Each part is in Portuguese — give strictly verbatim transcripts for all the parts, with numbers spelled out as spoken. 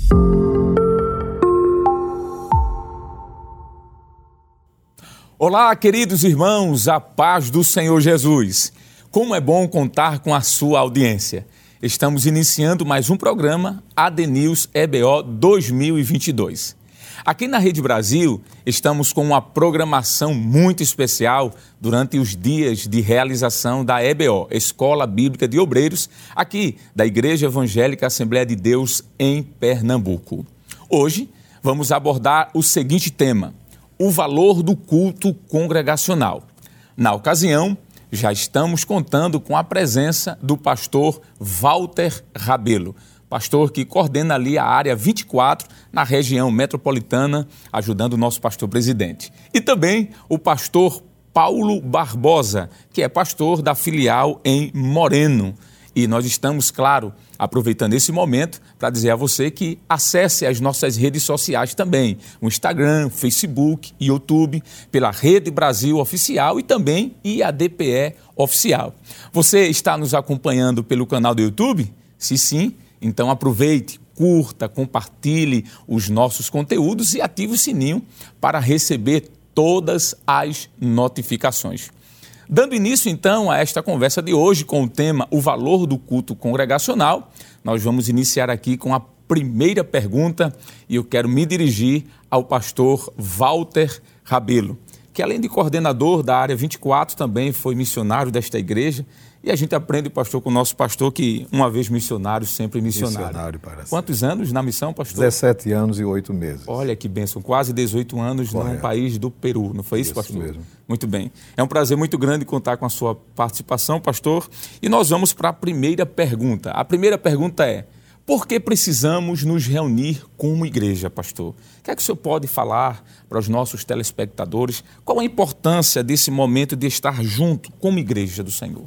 Olá, queridos irmãos, a paz do Senhor Jesus. Como é bom contar com a sua audiência. Estamos iniciando mais um programa A D News E B O dois mil e vinte e dois. Aqui na Rede Brasil, estamos com uma programação muito especial durante os dias de realização da E B O, Escola Bíblica de Obreiros, aqui da Igreja Evangélica Assembleia de Deus em Pernambuco. Hoje, vamos abordar o seguinte tema: o valor do culto congregacional. Na ocasião, já estamos contando com a presença do pastor Walter Rabelo, pastor que coordena ali a área vinte e quatro na região metropolitana, ajudando o nosso pastor presidente. E também o pastor Paulo Barbosa, que é pastor da filial em Moreno. E nós estamos, claro, aproveitando esse momento para dizer a você que acesse as nossas redes sociais também, o Instagram, Facebook, YouTube, pela Rede Brasil Oficial e também I A D P E Oficial. Você está nos acompanhando pelo canal do YouTube? Se sim, então aproveite, curta, compartilhe os nossos conteúdos e ative o sininho para receber todas as notificações. Dando início, então, a esta conversa de hoje com o tema O Valor do Culto Congregacional, nós vamos iniciar aqui com a primeira pergunta e eu quero me dirigir ao pastor Walter Rabelo, que além de coordenador da área vinte e quatro, também foi missionário desta igreja. E a gente aprende, pastor, com o nosso pastor que uma vez missionário, sempre missionário. Missionário para Quantos ser. anos na missão, pastor? dezessete anos e oito meses. Olha que bênção, quase dezoito anos Correto. Num país do Peru, não foi isso, isso pastor? Mesmo. Muito bem. É um prazer muito grande contar com a sua participação, pastor. E nós vamos para a primeira pergunta. A primeira pergunta é: por que precisamos nos reunir como igreja, pastor? O que é que o senhor pode falar para os nossos telespectadores? Qual a importância desse momento de estar junto como igreja do Senhor?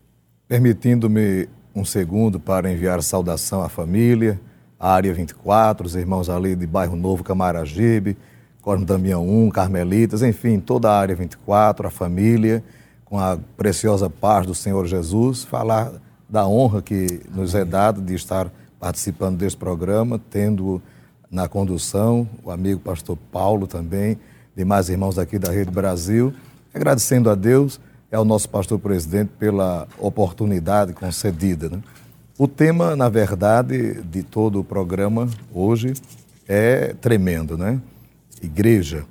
Permitindo-me um segundo para enviar saudação à família, à área vinte e quatro, os irmãos ali de Bairro Novo, Camaragibe, Cosme Damião um, Carmelitas, enfim, toda a área vinte e quatro, a família, com a preciosa paz do Senhor Jesus, falar da honra que nos é dada de estar participando deste programa, tendo na condução o amigo pastor Paulo também, demais irmãos aqui da Rede Brasil, agradecendo a Deus, é o nosso pastor presidente pela oportunidade concedida, né? O tema, na verdade, de todo o programa hoje é tremendo, né? Igreja.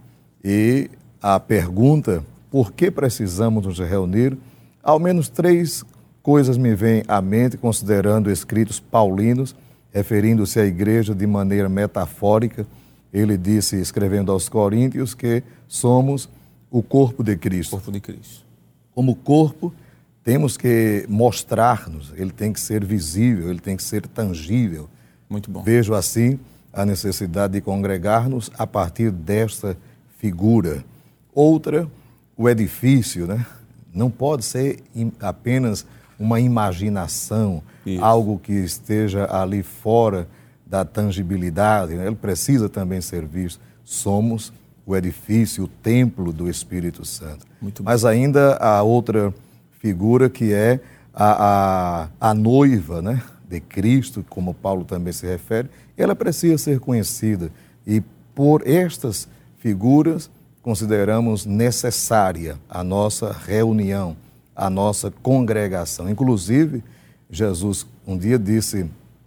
E a pergunta, por que precisamos nos reunir? Ao menos três coisas me vêm à mente, considerando escritos paulinos, referindo-se à igreja de maneira metafórica. Ele disse, escrevendo aos Coríntios, que somos o corpo de Cristo. Corpo de Cristo. Como corpo, temos que mostrar-nos, ele tem que ser visível, ele tem que ser tangível. Muito bom. Vejo assim a necessidade de congregar-nos a partir desta figura. Outra, o edifício, né? Não pode ser apenas uma imaginação, Isso. algo que esteja ali fora da tangibilidade, né? Ele precisa também ser visto. Somos o edifício, o templo do Espírito Santo. Muito Mas bom. Ainda há outra figura que é a, a, a noiva, né, de Cristo, como Paulo também se refere, ela precisa ser conhecida. E por estas figuras consideramos necessária a nossa reunião, a nossa congregação. Inclusive, Jesus um dia disse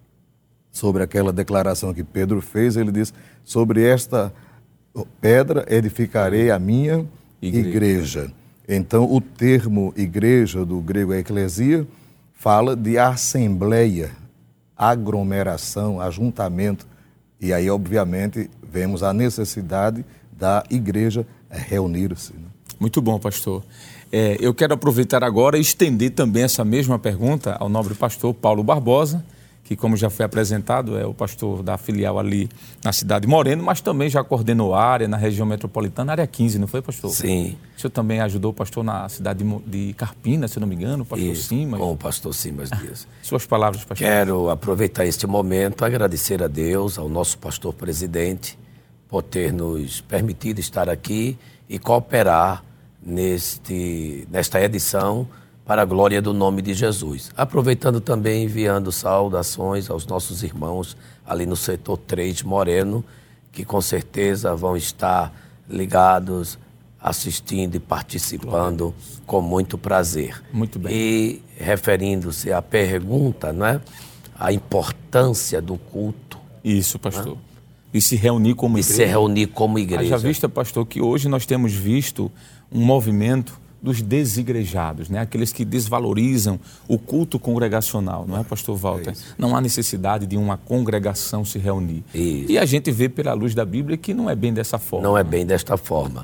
sobre aquela declaração que Pedro fez, ele disse, sobre esta pedra edificarei a minha igreja. igreja. Então, o termo igreja, do grego eclesia, fala de assembleia, aglomeração, ajuntamento. E aí, obviamente, vemos a necessidade da igreja reunir-se. Né? Muito bom, pastor. É, eu quero aproveitar agora e estender também essa mesma pergunta ao nobre pastor Paulo Barbosa, que, como já foi apresentado, é o pastor da filial ali na cidade de Moreno, mas também já coordenou a área na região metropolitana, área quinze, não foi, pastor? Sim. O senhor também ajudou o pastor na cidade de Carpina, se não me engano, o pastor Isso, Simas. com o pastor Simas Dias. Suas palavras, pastor. Quero aproveitar este momento, agradecer a Deus, ao nosso pastor presidente, por ter nos permitido estar aqui e cooperar neste, nesta edição para a glória do nome de Jesus. Aproveitando também, enviando saudações aos nossos irmãos ali no setor três Moreno, que com certeza vão estar ligados, assistindo e participando com muito prazer. Muito bem. E referindo-se à pergunta, não é? A importância do culto. Isso, pastor. Ah. E se reunir como e igreja. E se reunir como igreja. Haja vista, pastor, que hoje nós temos visto um movimento dos desigrejados, né? Aqueles que desvalorizam o culto congregacional, não é, pastor Walter? É não há necessidade de uma congregação se reunir. Isso. E a gente vê pela luz da Bíblia que não é bem dessa forma. Não é bem desta forma.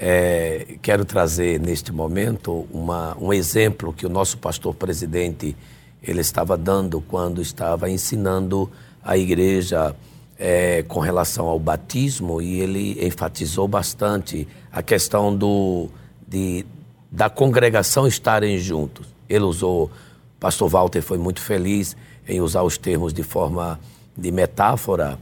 É, quero trazer neste momento uma, um exemplo que o nosso pastor presidente ele estava dando quando estava ensinando a igreja é, com relação ao batismo, e ele enfatizou bastante a questão do, de, da congregação estarem juntos. Ele usou, o pastor Walter foi muito feliz em usar os termos de forma de metáfora,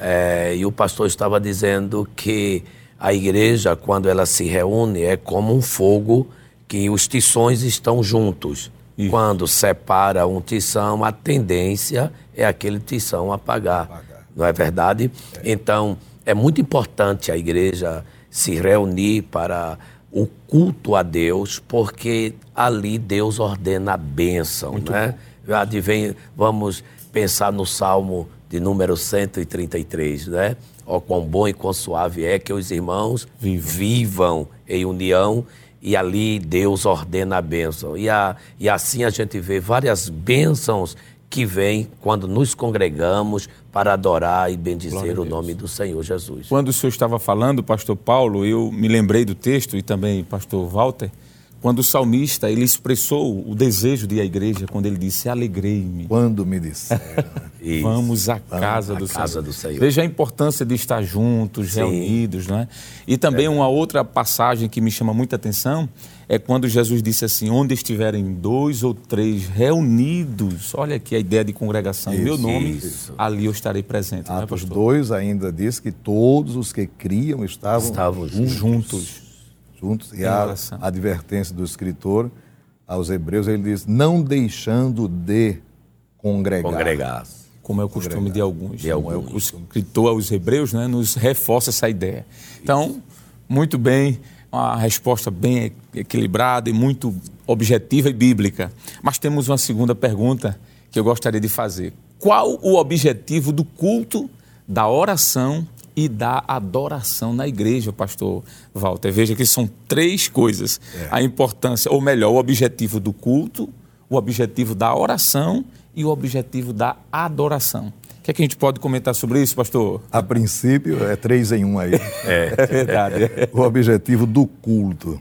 é, e o pastor estava dizendo que a igreja, quando ela se reúne, é como um fogo que os tições estão juntos. Isso. Quando separa um tição, a tendência é aquele tição apagar. apagar. Não é verdade? É. Então, é muito importante a igreja se reunir para o culto a Deus, porque ali Deus ordena a bênção. Muito né? Advém, vamos pensar no Salmo de número cento e trinta e três, né? Ó, quão bom e quão suave é que os irmãos vivam, vivam em união, e ali Deus ordena a bênção. E, a, e assim a gente vê várias bênçãos que vêm quando nos congregamos para adorar e bendizer o nome do Senhor Jesus. Quando o senhor estava falando, pastor Paulo, eu me lembrei do texto, e também pastor Walter, quando o salmista ele expressou o desejo de ir à igreja, quando ele disse, alegrei-me. Quando me disseram. Vamos à casa, Vamos do, à casa Senhor. do Senhor. Veja a importância de estar juntos, Sim. reunidos, não é? E também é. uma outra passagem que me chama muita atenção é quando Jesus disse assim, onde estiverem dois ou três reunidos, olha aqui a ideia de congregação, em meu nome, isso. ali eu estarei presente. Atos dois ainda diz que todos os que criam estavam, estavam juntos. juntos. juntos. E a advertência do escritor aos Hebreus, ele diz, não deixando de congregar. Congregar. Como é o costume congregar. de alguns. De alguns. O escritor aos Hebreus, né, nos reforça essa ideia. Então, Isso. muito bem, uma resposta bem equilibrada e muito objetiva e bíblica. Mas temos uma segunda pergunta que eu gostaria de fazer. Qual o objetivo do culto, da oração e da adoração na igreja, pastor Walter? Veja que são três coisas. É. A importância, ou melhor, o objetivo do culto, o objetivo da oração e o objetivo da adoração. O que é que a gente pode comentar sobre isso, pastor? A princípio, é três em um aí. É, é verdade. O objetivo do culto,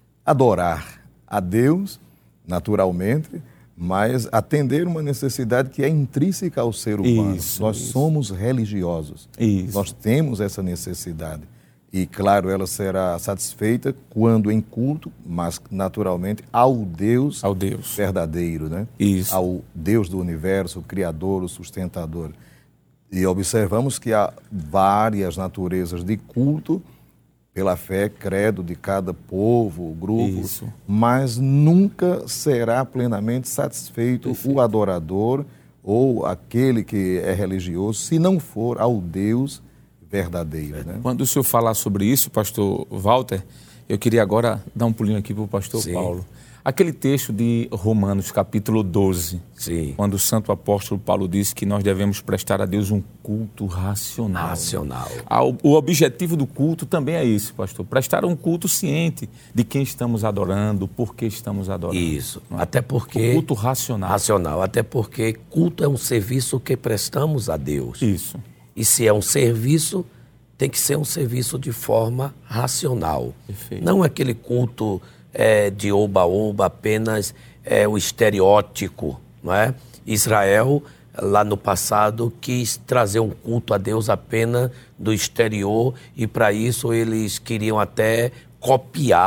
adorar a Deus, naturalmente, mas atender uma necessidade que é intrínseca ao ser humano. Isso, Nós isso. somos religiosos. Isso. Nós temos essa necessidade. E, claro, ela será satisfeita quando em culto, mas, naturalmente, ao Deus, ao Deus. verdadeiro, né? Isso. Ao Deus do universo, o Criador, o sustentador. E observamos que há várias naturezas de culto, pela fé, credo de cada povo, grupo, Isso. mas nunca será plenamente satisfeito Perfeito. o adorador ou aquele que é religioso, se não for ao Deus verdadeiro. Né? Quando o senhor falar sobre isso, pastor Walter, eu queria agora dar um pulinho aqui para o pastor Sim. Paulo. Aquele texto de Romanos, capítulo doze, Sim. quando o santo apóstolo Paulo disse que nós devemos prestar a Deus um culto racional. Racional. O objetivo do culto também é isso, pastor, prestar um culto ciente de quem estamos adorando, por que estamos adorando. Isso, é? até porque... O culto racional. Racional, até porque culto é um serviço que prestamos a Deus. Isso. E se é um serviço, tem que ser um serviço de forma racional. Perfeito. Não aquele culto... É, de oba-oba, apenas é, o estereótipo, não é? Israel, lá no passado, quis trazer um culto a Deus apenas do exterior, e para isso eles queriam até copiar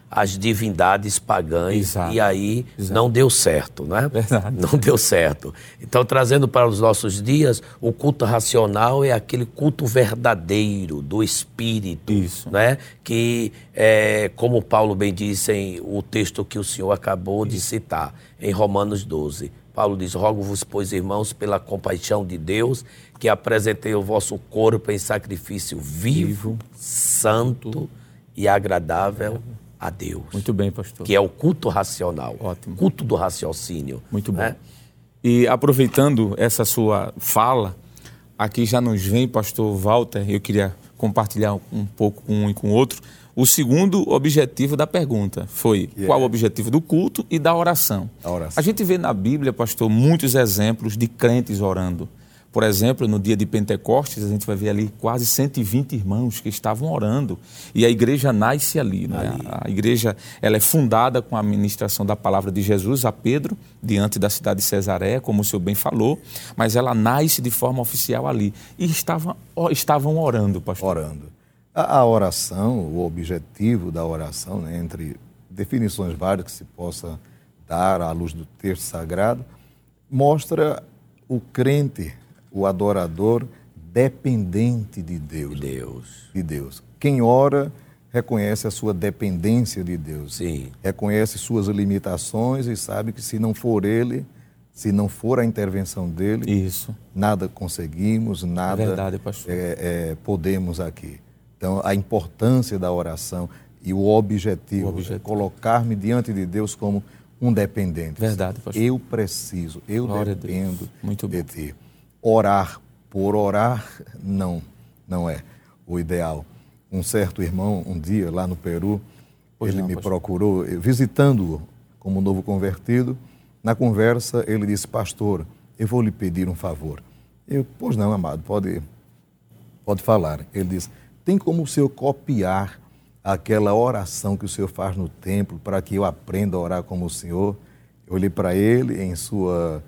as divindades pagãs. Exato. E aí Exato. não deu certo, né? Verdade. Não deu certo. Então, trazendo para os nossos dias, o culto racional é aquele culto verdadeiro do Espírito. Isso. Né? Que, é, como Paulo bem disse em o texto que o senhor acabou de citar, em Romanos doze. Paulo diz, rogo-vos, pois, irmãos, pela compaixão de Deus, que apresentei o vosso corpo em sacrifício vivo, vivo santo e agradável a Deus. Muito bem, pastor. Que é o culto racional. Ótimo. Culto do raciocínio. Muito bom. Né? E aproveitando essa sua fala, aqui já nos vem, pastor Walter, eu queria compartilhar um pouco com um e com o outro. O segundo objetivo da pergunta foi yeah. qual o objetivo do culto e da oração. A oração. A gente vê na Bíblia, pastor, muitos exemplos de crentes orando. Por exemplo, no dia de Pentecostes, a gente vai ver ali quase cento e vinte irmãos que estavam orando. E a igreja nasce ali, né? ali. A igreja ela é fundada com a ministração da palavra de Jesus a Pedro, diante da cidade de Cesareia, como o senhor bem falou, mas ela nasce de forma oficial ali. E estavam, estavam orando, pastor. Orando. A, a oração, o objetivo da oração, né, entre definições várias que se possa dar à luz do texto sagrado, mostra o crente, o adorador dependente de Deus. Deus. De Deus. Quem ora reconhece a sua dependência de Deus. Sim. Reconhece suas limitações e sabe que se não for Ele, se não for a intervenção dele, Isso. nada conseguimos, nada é verdade, pastor. É, é, podemos aqui. Então, a importância da oração e o objetivo, o objetivo. é colocar-me diante de Deus como um dependente. Verdade, pastor. Eu preciso, eu Glória dependo Muito de bom. ti. Orar por orar, não, não é o ideal. Um certo irmão, um dia, lá no Peru, pois ele não, me pastor. procurou, visitando-o como novo convertido. Na conversa, ele disse, pastor, eu vou lhe pedir um favor. Eu, pois não, amado, pode, pode falar. Ele disse, tem como o senhor copiar aquela oração que o senhor faz no templo para que eu aprenda a orar como o senhor? Eu olhei para ele em sua...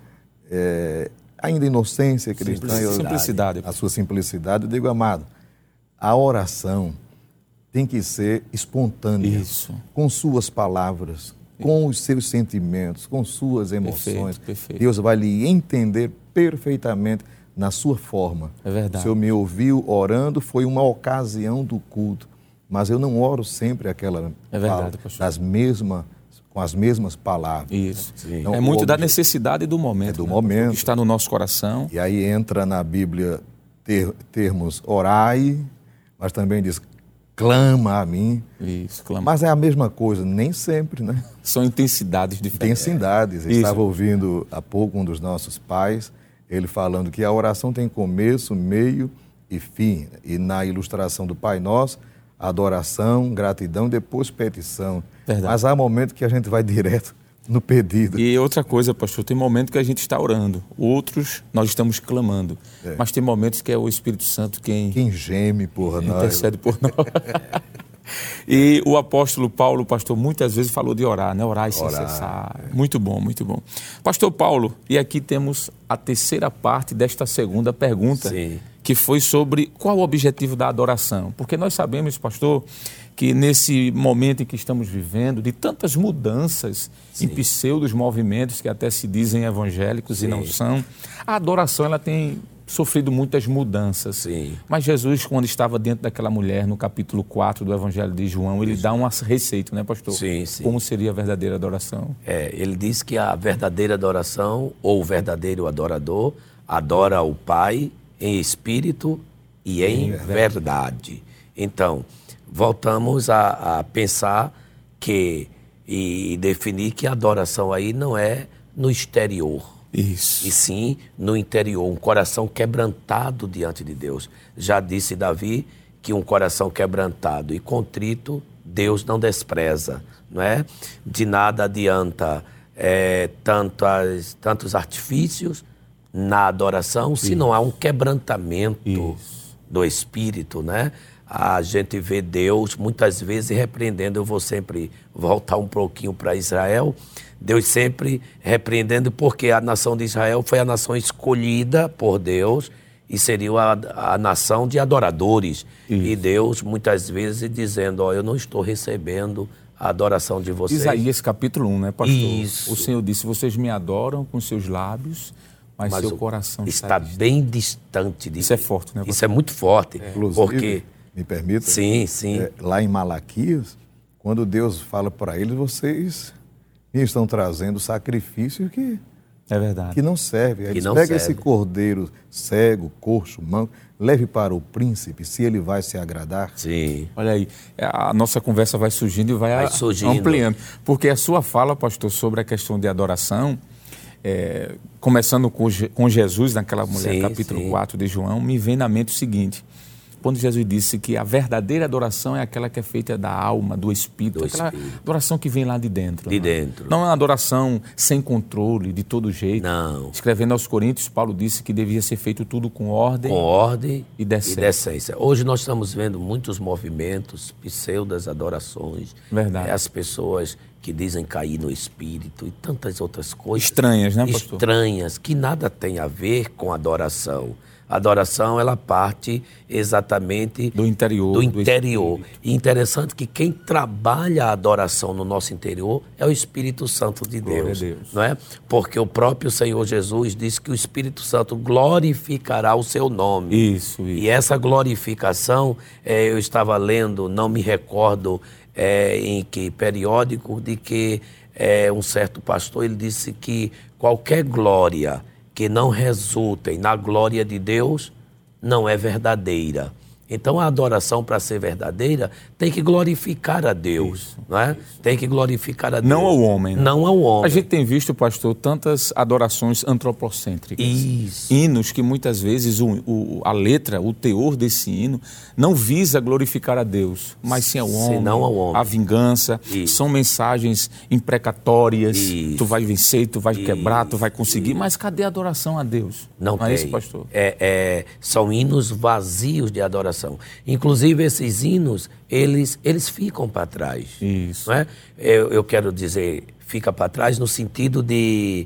É, ainda inocência cristã, simplicidade. a sua simplicidade, eu digo, amado, a oração tem que ser espontânea, Isso. com suas palavras, com os seus sentimentos, com suas emoções. Perfeito, perfeito. Deus vai lhe entender perfeitamente na sua forma. É verdade. O Senhor me ouviu orando, foi uma ocasião do culto, mas eu não oro sempre aquela é verdade, pastor. Das mesmas com as mesmas palavras. Isso. Então, é muito da necessidade do momento. É do né? momento. Que está no nosso coração. E aí entra na Bíblia ter, termos orai, mas também diz clama a mim. Isso, clama. Mas é a mesma coisa, nem sempre, né? São intensidades diferentes. Intensidades. É. Estava ouvindo há pouco um dos nossos pais, ele falando que a oração tem começo, meio e fim. E na ilustração do Pai Nosso, adoração, gratidão, depois petição. Verdade. Mas há momento que a gente vai direto no pedido. E outra coisa, pastor, tem momento que a gente está orando, outros nós estamos clamando. É. Mas tem momentos que é o Espírito Santo quem... Quem geme por nós. Intercede por nós. E o apóstolo Paulo, pastor, muitas vezes falou de orar, né? Orar e sem Orar, cessar. é. Muito bom, muito bom. Pastor Paulo, e aqui temos a terceira parte desta segunda pergunta, Sim. que foi sobre qual o objetivo da adoração. Porque nós sabemos, pastor, que nesse momento em que estamos vivendo, de tantas mudanças Sim. em pseudos movimentos que até se dizem evangélicos Sim. e não são, a adoração ela tem sofrido muitas mudanças. Sim. Mas Jesus, quando estava dentro daquela mulher, no capítulo quatro do Evangelho de João, ele Isso. dá uma receita, né, pastor? Sim, sim. Como seria a verdadeira adoração? É, ele diz que a verdadeira adoração, ou o verdadeiro adorador, adora o Pai em espírito e em verdade. verdade. Então, voltamos a, a pensar que, e definir que a adoração aí não é no exterior. Isso. E sim no interior, um coração quebrantado diante de Deus. Já disse Davi que um coração quebrantado e contrito, Deus não despreza, não é? De nada adianta é, tantas, tantos artifícios na adoração, Isso. se não há um quebrantamento Isso. do espírito, né? A gente vê Deus muitas vezes repreendendo. Eu vou sempre voltar um pouquinho para Israel. Deus sempre repreendendo, porque a nação de Israel foi a nação escolhida por Deus e seria a, a nação de adoradores. Isso. E Deus muitas vezes dizendo, ó, eu não estou recebendo a adoração de vocês. Isaías capítulo um, né, pastor? Isso. O Senhor disse, vocês me adoram com seus lábios, mas, mas seu coração está, está bem distante de Isso é forte, né, pastor? Isso é muito forte. É. Inclusive, porque... me permita? Sim, sim. É, lá em Malaquias, quando Deus fala para eles, vocês me estão trazendo sacrifício que... É verdade. Que não serve. Que Eles não pegam serve. esse cordeiro cego, coxo, manco, leve para o príncipe, se ele vai se agradar. Sim. Olha aí, a nossa conversa vai surgindo e vai, Vai a, surgindo. ampliando. Porque a sua fala, pastor, sobre a questão de adoração, é, começando com, com Jesus, naquela mulher, Sim, capítulo sim. quatro de João, me vem na mente o seguinte... Quando Jesus disse que a verdadeira adoração é aquela que é feita da alma, do espírito, Do aquela espírito. adoração que vem lá de dentro. De não é? dentro. Não é uma adoração sem controle, de todo jeito. Não. Escrevendo aos Coríntios, Paulo disse que devia ser feito tudo com ordem. Com ordem e decência. e decência. Hoje nós estamos vendo muitos movimentos, pseudas adorações. Verdade. É, as pessoas que dizem cair no espírito e tantas outras coisas. Estranhas, né, pastor? Estranhas, que nada tem a ver com adoração. A adoração, ela parte exatamente do interior. Do interior. Do e interessante que quem trabalha a adoração no nosso interior é o Espírito Santo de Deus, Deus. não é? Porque o próprio Senhor Jesus disse que o Espírito Santo glorificará o seu nome. Isso, isso. E essa glorificação, é, eu estava lendo, não me recordo é, em que periódico, de que é, um certo pastor, ele disse que qualquer glória que não resultem na glória de Deus, não é verdadeira. Então, a adoração, para ser verdadeira, tem que glorificar a Deus, Isso, não é? isso. Tem que glorificar a Deus. Não ao homem. Né? Não ao homem. A gente tem visto, pastor, tantas adorações antropocêntricas. Isso. Hinos que muitas vezes o, o, a letra, o teor desse hino, não visa glorificar a Deus, mas sim ao homem, Senão ao homem. a vingança. Isso. São mensagens imprecatórias. Isso. Tu vai vencer, tu vai Isso. quebrar, tu vai conseguir. Mas cadê a adoração a Deus? Não, não tem. é isso, pastor? É, é, são hinos vazios de adoração. Inclusive, esses hinos, eles, eles ficam para trás. Isso. Não é? eu, eu quero dizer, fica para trás no sentido de,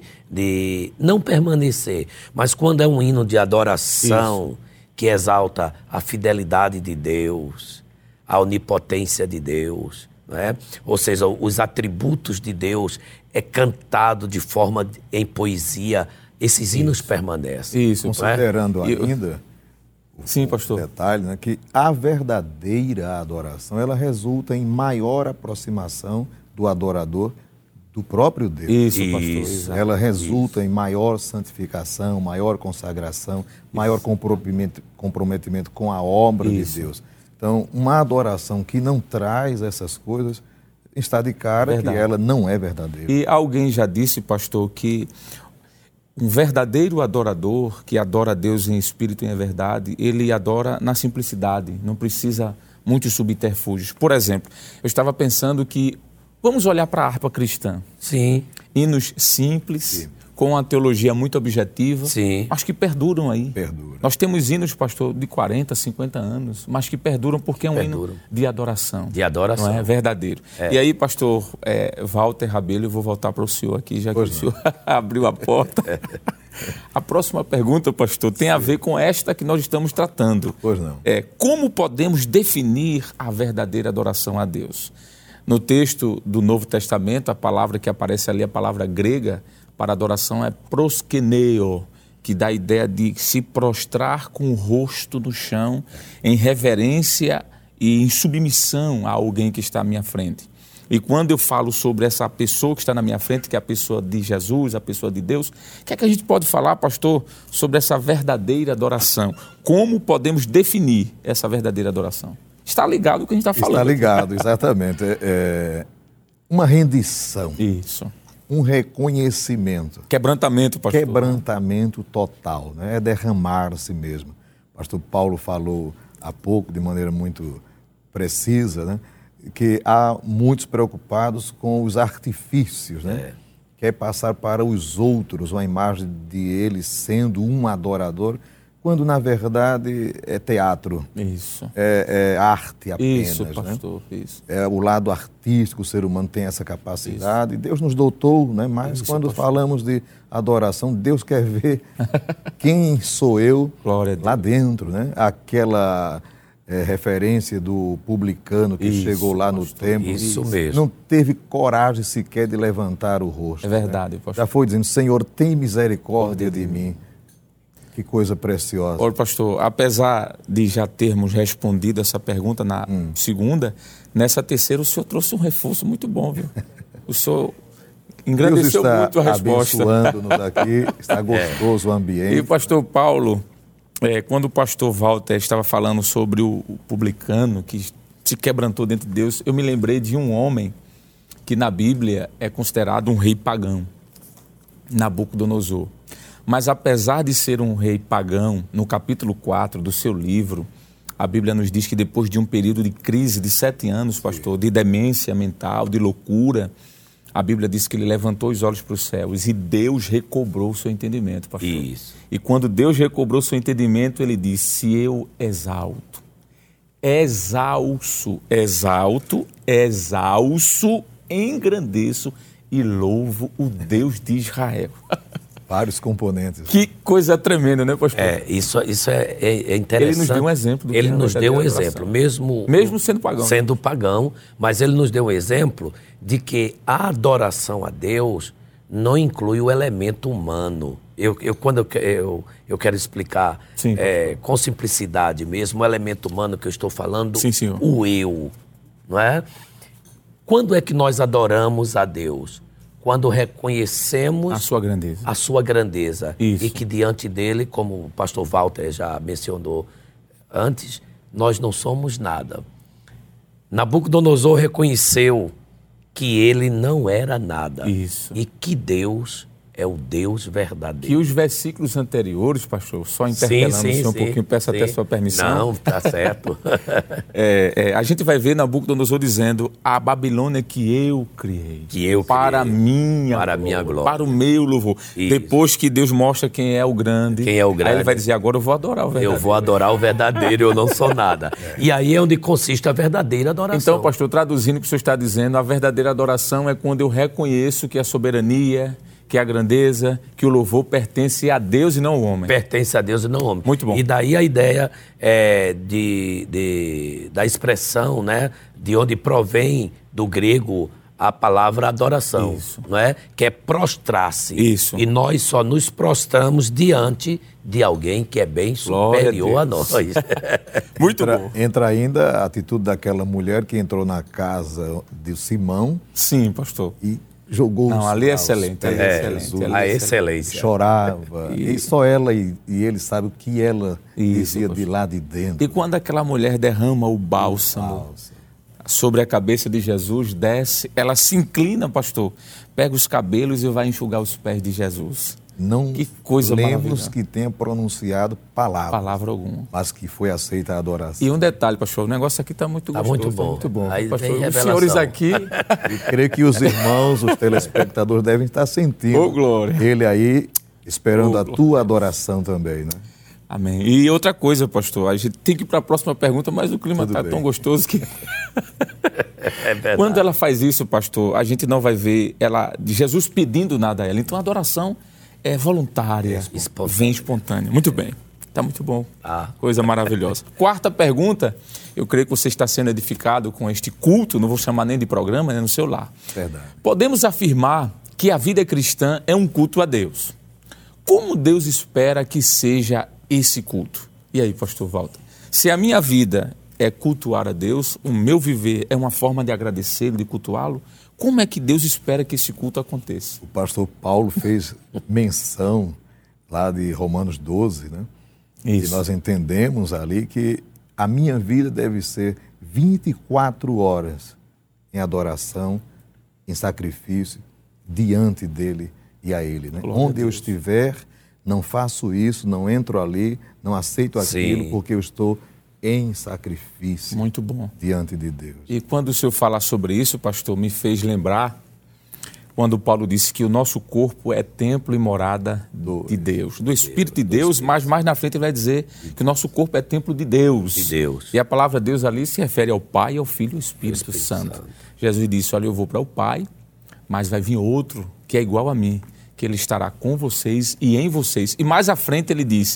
de não permanecer. Mas quando é um hino de adoração, isso, que exalta a fidelidade de Deus, a onipotência de Deus, não é? Ou seja, os atributos de Deus é cantado de forma em poesia, esses hinos isso. permanecem. Isso, considerando é? ainda... Sim, pastor. O detalhe, né, que a verdadeira adoração, ela resulta em maior aproximação do adorador do próprio Deus. Isso, pastor. Isso. Ela resulta Isso. em maior santificação, maior consagração, Isso. maior comprometimento, comprometimento com a obra Isso. de Deus. Então, uma adoração que não traz essas coisas, está de cara Verdade. que ela não é verdadeira. E alguém já disse, pastor, que um verdadeiro adorador, que adora a Deus em espírito e em verdade, ele adora na simplicidade, não precisa muitos subterfúgios. Por exemplo, eu estava pensando que, vamos olhar para a harpa cristã. Sim. Hinos simples, Sim. com uma teologia muito objetiva, Sim. mas que perduram aí. Perduram. Nós temos hinos, pastor, de quarenta, cinquenta anos, mas que perduram porque é um perduram. hino de adoração. De adoração. Não é verdadeiro. É. E aí, pastor é, Walter Rabelo, eu vou voltar para o senhor aqui, já pois que não. o senhor abriu a porta. A próxima pergunta, pastor, tem Sim. a ver com esta que nós estamos tratando. Pois não. É, como podemos definir a verdadeira adoração a Deus? No texto do Novo Testamento, a palavra que aparece ali, a palavra grega para adoração é proskeneo, que dá a ideia de se prostrar com o rosto no chão, em reverência e em submissão a alguém que está à minha frente. E quando eu falo sobre essa pessoa que está na minha frente, que é a pessoa de Jesus, a pessoa de Deus, o que é que a gente pode falar, pastor, sobre essa verdadeira adoração? Como podemos definir essa verdadeira adoração? Está ligado com o que a gente está falando. Está ligado, exatamente. É, é uma rendição. Isso. Um reconhecimento. Quebrantamento, pastor. Quebrantamento total, né? É derramar-se mesmo. O pastor Paulo falou há pouco, de maneira muito precisa, né? Que há muitos preocupados com os artifícios, né? É. Quer passar para os outros uma imagem de ele sendo um adorador, quando na verdade é teatro. Isso. É, é arte apenas. Isso, pastor, né? isso. É o lado artístico, o ser humano tem essa capacidade. Isso. Deus nos dotou, né? Mas isso, quando pastor. falamos de adoração, Deus quer ver quem sou eu lá dentro, né? Aquela é, referência do publicano que Isso, chegou lá no templo. Isso mesmo. Não teve coragem sequer de levantar o rosto. É verdade, né? pastor. Já foi dizendo, Senhor, tem misericórdia de mim. Que coisa preciosa. Olha, pastor, apesar de já termos respondido essa pergunta na hum. segunda, nessa terceira o senhor trouxe um reforço muito bom, viu? O senhor engrandeceu muito a resposta. Abençoando-nos aqui, está gostoso é. o ambiente. E pastor Paulo, é, quando o pastor Walter estava falando sobre o, o publicano que se quebrantou dentro de Deus, eu me lembrei de um homem que na Bíblia é considerado um rei pagão, Nabucodonosor. Mas apesar de ser um rei pagão, no capítulo quatro do seu livro, a Bíblia nos diz que depois de um período de crise de sete anos, pastor, de demência mental, de loucura, a Bíblia diz que ele levantou os olhos para os céus e Deus recobrou o seu entendimento, pastor. Isso. E quando Deus recobrou o seu entendimento, ele disse, se eu exalto, exalço, exalto, exalço, engrandeço e louvo o Deus de Israel. Vários componentes. Que coisa tremenda, né, pastor? É, isso, isso é, é interessante. Ele nos deu um exemplo. Do ele que nos deu um exemplo, mesmo, mesmo sendo pagão. Sendo pagão, mas ele nos deu um exemplo de que a adoração a Deus não inclui o elemento humano. Eu, eu, quando eu, eu, eu quero explicar Sim, é, com simplicidade mesmo, o elemento humano que eu estou falando, Sim, senhor. o eu, não é? Quando é que nós adoramos a Deus? Quando reconhecemos a sua grandeza, a sua grandeza Isso. e que diante dele, como o pastor Walter já mencionou antes, nós não somos nada. Nabucodonosor reconheceu que ele não era nada. Isso. E que Deus é o Deus verdadeiro. Que os versículos anteriores, pastor, só interpelando sim, sim, o senhor um pouquinho, peço sim. até sua permissão. Não, tá certo. é, é, a gente vai ver Nabucodonosor dizendo, a Babilônia que eu criei. Que eu para criei. minha Para glória, minha glória. Para o meu louvor. Isso. Depois que Deus mostra quem é o grande. Quem é o grande. Aí ele vai dizer, agora eu vou adorar o verdadeiro. Eu vou adorar o verdadeiro, eu não sou nada. É. E aí é onde consiste a verdadeira adoração. Então, pastor, traduzindo o que o senhor está dizendo, a verdadeira adoração é quando eu reconheço que a soberania, que a grandeza, que o louvor pertence a Deus e não ao homem. Pertence a Deus e não ao homem. Muito bom. E daí a ideia é, de, de, da expressão, né, de onde provém do grego a palavra adoração, Isso. não é? Que é prostrar-se. Isso. E nós só nos prostramos diante de alguém que é bem superior a, a nós. Muito entra, bom. Entra ainda a atitude daquela mulher que entrou na casa de Simão. Sim, pastor. E jogou Não, os ali é excelente. Ali é, é excelente ali a é excelência. Chorava. E, e só ela e, e ele sabe o que ela Isso, dizia pastor. de lá de dentro. E quando aquela mulher derrama o bálsamo, o bálsamo sobre a cabeça de Jesus, desce, ela se inclina, pastor, pega os cabelos e vai enxugar os pés de Jesus. Não que coisa lembro que tenha pronunciado palavra. Palavra alguma. Mas que foi aceita a adoração. E um detalhe, pastor, o negócio aqui está muito tá gostoso. Muito bom. Muito bom. Aí pastor, os senhores aqui... E creio que os irmãos, os telespectadores devem estar sentindo. Ô, glória. Ele aí, esperando Ô, a tua adoração também, né? Amém. E outra coisa, pastor, a gente tem que ir para a próxima pergunta, mas o clima está tão gostoso que... É verdade. Quando ela faz isso, pastor, a gente não vai ver ela, Jesus pedindo nada a ela. Então a adoração é voluntária, espontânea. Vem espontânea. Muito bem, está muito bom. Ah. Coisa maravilhosa. Quarta pergunta, eu creio que você está sendo edificado com este culto, não vou chamar nem de programa, né, no seu lar. Verdade. Podemos afirmar que a vida cristã é um culto a Deus. Como Deus espera que seja esse culto? E aí, pastor Walter? Se a minha vida é cultuar a Deus, o meu viver é uma forma de agradecê-lo, de cultuá-lo, como é que Deus espera que esse culto aconteça? O pastor Paulo fez menção lá de Romanos doze, né? Isso. E nós entendemos ali que a minha vida deve ser vinte e quatro horas em adoração, em sacrifício, diante dele e a ele, né? Onde eu estiver, não faço isso, não entro ali, não aceito aquilo, Sim. porque eu estou em sacrifício. Muito bom. Diante de Deus. E quando o senhor falar sobre isso, pastor, me fez lembrar quando Paulo disse que o nosso corpo é templo e morada do, de Deus, do Espírito de Deus, mas mais na frente ele vai dizer que o nosso corpo é templo de Deus. De Deus. E a palavra Deus ali se refere ao Pai, ao Filho e ao Espírito, Espírito Santo. Santo. Jesus disse, olha, eu vou para o Pai, mas vai vir outro que é igual a mim, que ele estará com vocês e em vocês. E mais à frente ele diz,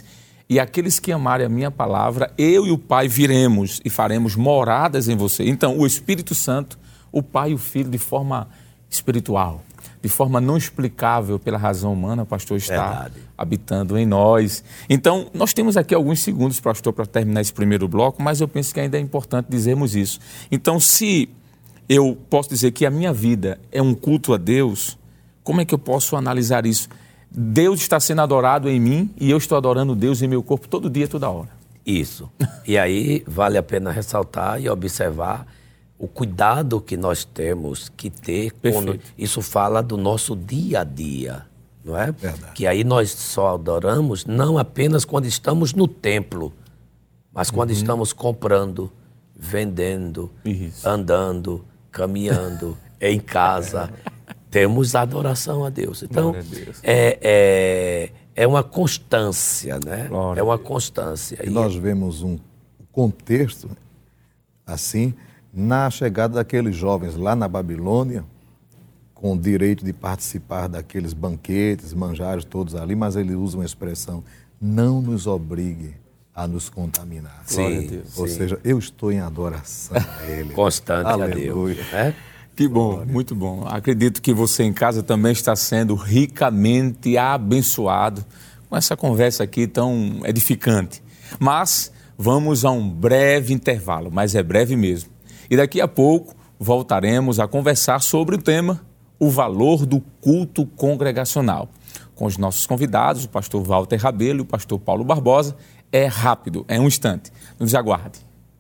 e aqueles que amarem a minha palavra, eu e o Pai viremos e faremos moradas em você. Então, o Espírito Santo, o Pai e o Filho, de forma espiritual, de forma não explicável pela razão humana, pastor, está Verdade. habitando em nós. Então, nós temos aqui alguns segundos, pastor, para terminar esse primeiro bloco, mas eu penso que ainda é importante dizermos isso. Então, se eu posso dizer que a minha vida é um culto a Deus, como é que eu posso analisar isso? Deus está sendo adorado em mim e eu estou adorando Deus em meu corpo todo dia, toda hora. Isso. E aí vale a pena ressaltar e observar o cuidado que nós temos que ter. Quando isso fala do nosso dia a dia, não é? Verdade. Que aí nós só adoramos não apenas quando estamos no templo, mas quando uhum. estamos comprando, vendendo, isso. andando, caminhando, em casa. Temos adoração a Deus. Então, a Deus. É, é, é uma constância, né? Glória é uma constância. E, e nós vemos um contexto assim na chegada daqueles jovens lá na Babilônia, com o direito de participar daqueles banquetes, manjares todos ali, mas ele usa uma expressão, não nos obrigue a nos contaminar. Sim, a Deus. Ou sim. seja, eu estou em adoração a Ele. Constante Aleluia. a Deus. É? Que bom, muito bom. Acredito que você em casa também está sendo ricamente abençoado com essa conversa aqui tão edificante. Mas vamos a um breve intervalo, mas é breve mesmo. E daqui a pouco voltaremos a conversar sobre o tema, o valor do culto congregacional. Com os nossos convidados, o pastor Walter Rabelo e o pastor Paulo Barbosa. É rápido, é um instante. Nos aguarde.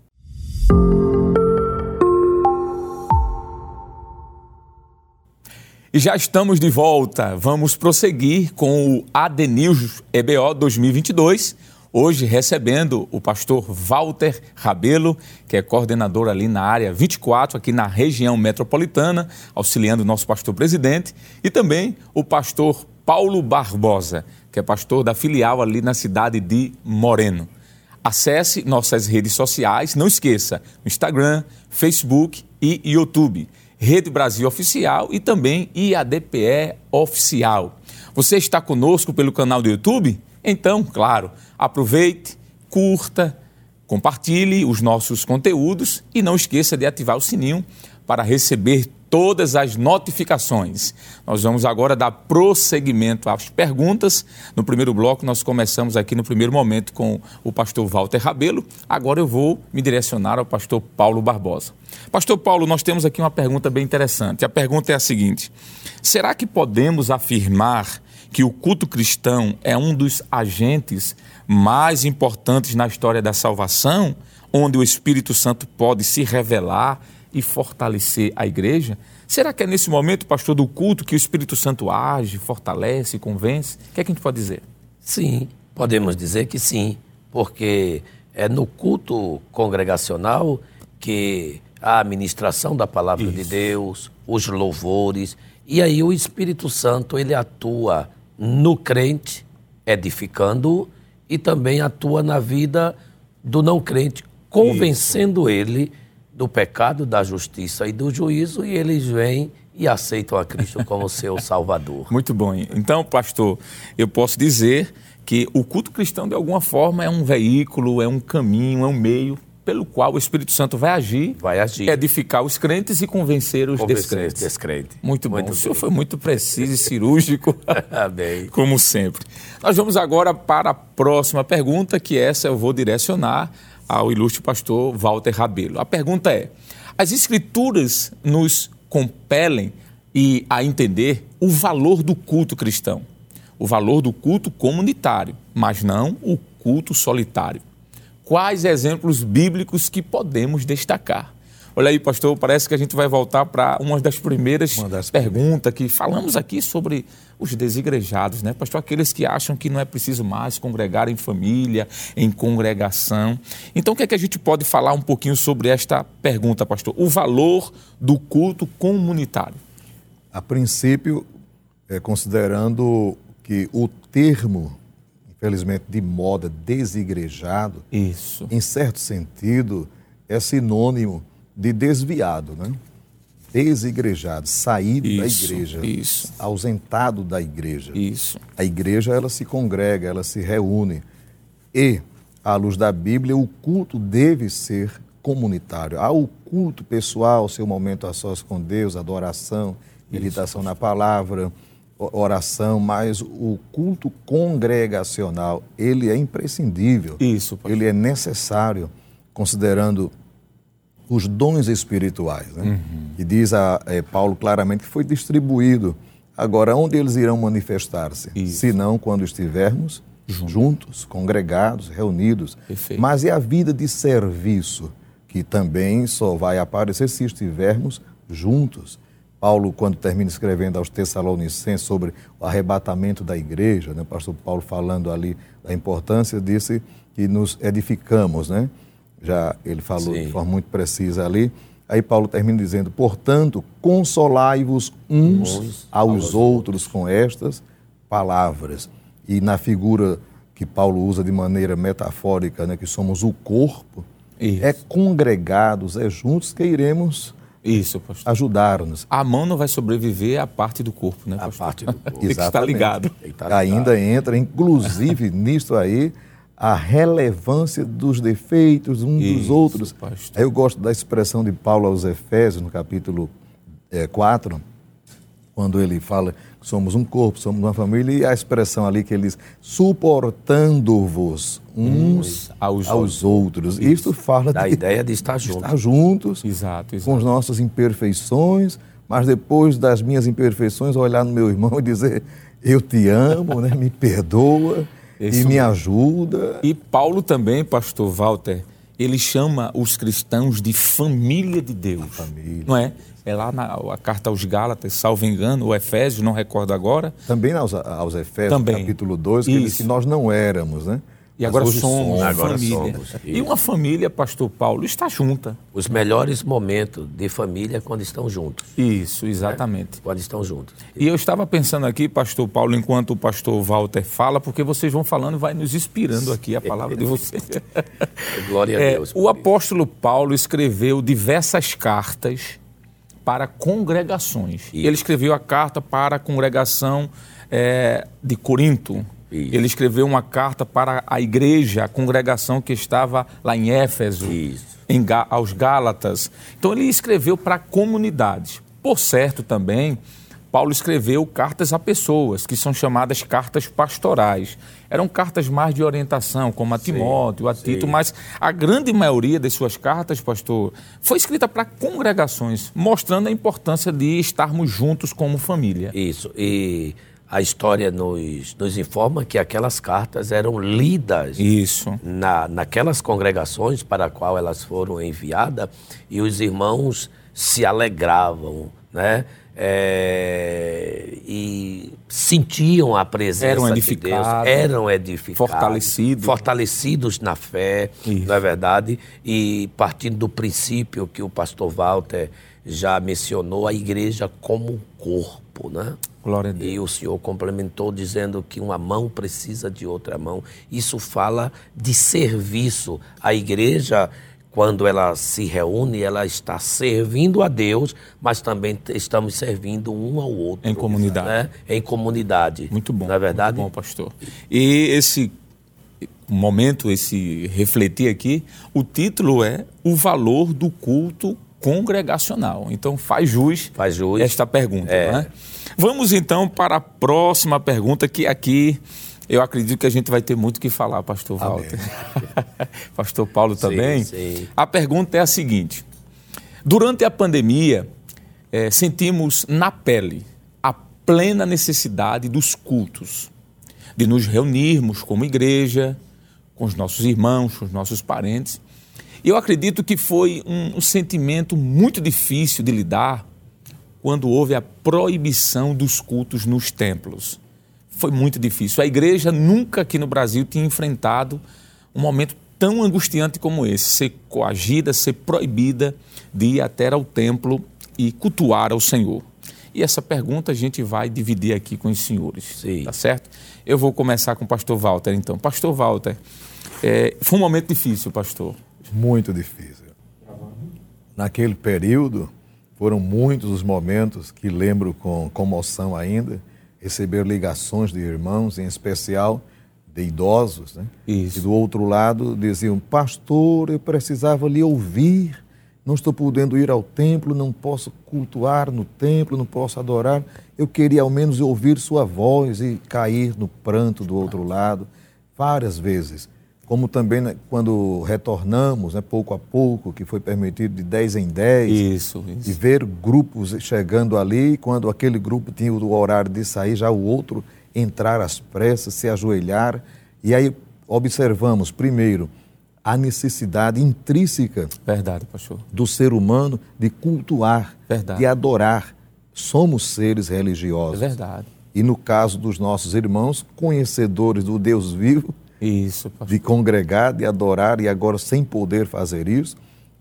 E já estamos de volta. Vamos prosseguir com o ADNews E B O dois mil e vinte e dois. Hoje recebendo o pastor Walter Rabelo, que é coordenador ali na área vinte e quatro, aqui na região metropolitana, auxiliando o nosso pastor presidente, e também o pastor Paulo Barbosa, que é pastor da filial ali na cidade de Moreno. Acesse nossas redes sociais, não esqueça, Instagram, Facebook e YouTube. Rede Brasil Oficial e também I A D P E Oficial. Você está conosco pelo canal do YouTube? Então, claro, aproveite, curta, compartilhe os nossos conteúdos e não esqueça de ativar o sininho para receber todas as notificações. Nós vamos agora dar prosseguimento às perguntas. No primeiro bloco, nós começamos aqui no primeiro momento com o pastor Walter Rabelo. Agora eu vou me direcionar ao pastor Paulo Barbosa. Pastor Paulo, nós temos aqui uma pergunta bem interessante. A pergunta é a seguinte: será que podemos afirmar que o culto cristão é um dos agentes mais importantes na história da salvação, onde o Espírito Santo pode se revelar e fortalecer a igreja? Será que é nesse momento, pastor, do culto que o Espírito Santo age, fortalece, convence? O que é que a gente pode dizer? Sim, podemos dizer que sim, porque é no culto congregacional que a administração da palavra Isso. de Deus, os louvores, e aí o Espírito Santo ele atua no crente, edificando-o, e também atua na vida do não crente, convencendo Isso. ele do pecado, da justiça e do juízo, e eles vêm e aceitam a Cristo como seu Salvador. Muito bom. Então, pastor, eu posso dizer que o culto cristão, de alguma forma, é um veículo, é um caminho, é um meio pelo qual o Espírito Santo vai agir, vai agir. edificar os crentes e convencer os convencer descrentes. descrentes. Muito bom. Muito o senhor bem. foi muito preciso e cirúrgico, bem. como sempre. Nós vamos agora para a próxima pergunta, que essa eu vou direcionar ao ilustre pastor Walter Rabelo. A pergunta é: as Escrituras nos compelem e a entender o valor do culto cristão, o valor do culto comunitário, mas não o culto solitário. Quais exemplos bíblicos que podemos destacar? Olha aí, pastor, parece que a gente vai voltar para uma das primeiras uma das perguntas que falamos aqui sobre os desigrejados, né, pastor? Aqueles que acham que não é preciso mais congregar em família, em congregação. Então, o que é que a gente pode falar um pouquinho sobre esta pergunta, pastor? O valor do culto comunitário. A princípio, é, considerando que o termo, infelizmente, de moda, desigrejado, Isso. em certo sentido, é sinônimo de desviado, né? Desigrejado, saído isso, da igreja, isso. ausentado da igreja. Isso. A igreja, ela se congrega, ela se reúne. E, à luz da Bíblia, o culto deve ser comunitário. Há o culto pessoal, seu momento a sós com Deus, adoração, meditação na palavra, oração, mas o culto congregacional, ele é imprescindível. Isso, pastor. Ele é necessário, considerando os dons espirituais, né? Uhum. E diz a é, Paulo claramente que foi distribuído. Agora, onde eles irão manifestar-se? Se não quando estivermos Junto. juntos, congregados, reunidos. Perfeito. Mas e a vida de serviço, que também só vai aparecer se estivermos juntos. Paulo, quando termina escrevendo aos Tessalonicenses sobre o arrebatamento da igreja, né? O pastor Paulo falando ali da importância, disse que nos edificamos, né? Já ele falou Sim. de forma muito precisa ali. Aí Paulo termina dizendo, portanto, consolai-vos uns, uns aos, aos outros, outros com estas palavras. E na figura que Paulo usa de maneira metafórica, né? Que somos o corpo, Isso. é congregados, é juntos que iremos Isso, pastor. ajudar-nos. A mão não vai sobreviver à parte do corpo, né, pastor? A parte do corpo. Tem que estar ligado. Tem que estar ligado. Ainda entra, inclusive, nisto aí, a relevância dos defeitos uns Isso, dos outros. Pastor. Aí eu gosto da expressão de Paulo aos Efésios, no capítulo é, quatro, quando ele fala que somos um corpo, somos uma família, e a expressão ali que ele diz, suportando-vos uns aos, aos outros. Isso. Isto fala da de ideia de estar juntos. Estar juntos, exato, exato. com as nossas imperfeições, mas depois das minhas imperfeições, olhar no meu irmão e dizer, eu te amo, né? Me perdoa Isso. e me ajuda. E Paulo também, pastor Walter, ele chama os cristãos de família de Deus. A família. Não é? É lá na a carta aos Gálatas, salvo engano, ou Efésios, não recordo agora. Também aos, aos Efésios, Também. capítulo dois, que Isso. diz que nós não éramos, né? E agora somos, somos agora família. Somos. E uma família, pastor Paulo, está junta. Os melhores momentos de família é quando estão juntos. Isso, exatamente. É? Quando estão juntos. E eu estava pensando aqui, pastor Paulo, enquanto o pastor Walter fala, porque vocês vão falando, vai nos inspirando aqui a palavra de vocês. Glória a é, Deus. O apóstolo Paulo escreveu diversas cartas para congregações. Isso. Ele escreveu a carta para a congregação é, de Corinto. Isso. Ele escreveu uma carta para a igreja, a congregação que estava lá em Éfeso, em, aos Gálatas. Então ele escreveu para comunidades. Por certo também, Paulo escreveu cartas a pessoas, que são chamadas cartas pastorais. Eram cartas mais de orientação, como a Timóteo, sim, a Tito, sim. mas a grande maioria das suas cartas, pastor, foi escrita para congregações, mostrando a importância de estarmos juntos como família. Isso, e a história nos, nos informa que aquelas cartas eram lidas Isso. Na, naquelas congregações para a qual elas foram enviadas e os irmãos se alegravam, né? É, e sentiam a presença eram de Deus, eram edificados, fortalecidos, fortalecidos na fé, Isso. não é verdade? E partindo do princípio que o pastor Walter já mencionou, a igreja como um corpo, né? Glória a Deus. E o senhor complementou dizendo que uma mão precisa de outra mão. Isso fala de serviço. A igreja, quando ela se reúne, ela está servindo a Deus, mas também estamos servindo um ao outro. Em comunidade. Né? Em comunidade. Muito bom. Não é verdade? Muito bom, pastor. E esse momento, esse refletir aqui, o título é O Valor do Culto Congregacional. Então faz jus, faz jus. esta pergunta. É. Né? Vamos então para a próxima pergunta, que aqui eu acredito que a gente vai ter muito o que falar, pastor Walter. Pastor Paulo também. Sim, sim. A pergunta é a seguinte: durante a pandemia, é, sentimos na pele a plena necessidade dos cultos, de nos reunirmos como igreja, com os nossos irmãos, com os nossos parentes. E eu acredito que foi um, um sentimento muito difícil de lidar quando houve a proibição dos cultos nos templos. Foi muito difícil. A igreja nunca aqui no Brasil tinha enfrentado um momento tão angustiante como esse, ser coagida, ser proibida de ir até ao templo e cultuar ao Senhor. E essa pergunta a gente vai dividir aqui com os senhores, Sim. tá certo? Eu vou começar com o pastor Walter, então. Pastor Walter, é, foi um momento difícil, pastor. Muito difícil. Naquele período, foram muitos os momentos que lembro com comoção ainda, receber ligações de irmãos, em especial de idosos, né? Isso. E do outro lado diziam, pastor, eu precisava lhe ouvir, não estou podendo ir ao templo, não posso cultuar no templo, não posso adorar, eu queria ao menos ouvir sua voz e cair no pranto do outro lado, várias vezes. Como também, né, quando retornamos, né, pouco a pouco, que foi permitido de dez em dez, isso, isso. e ver grupos chegando ali, quando aquele grupo tinha o horário de sair, já o outro entrar às pressas, se ajoelhar, e aí observamos, primeiro, a necessidade intrínseca Verdade, pastor. do ser humano de cultuar, Verdade. de adorar. Somos seres religiosos. É verdade. E no caso dos nossos irmãos, conhecedores do Deus vivo, Isso, pastor. de congregar, de adorar, e agora sem poder fazer isso,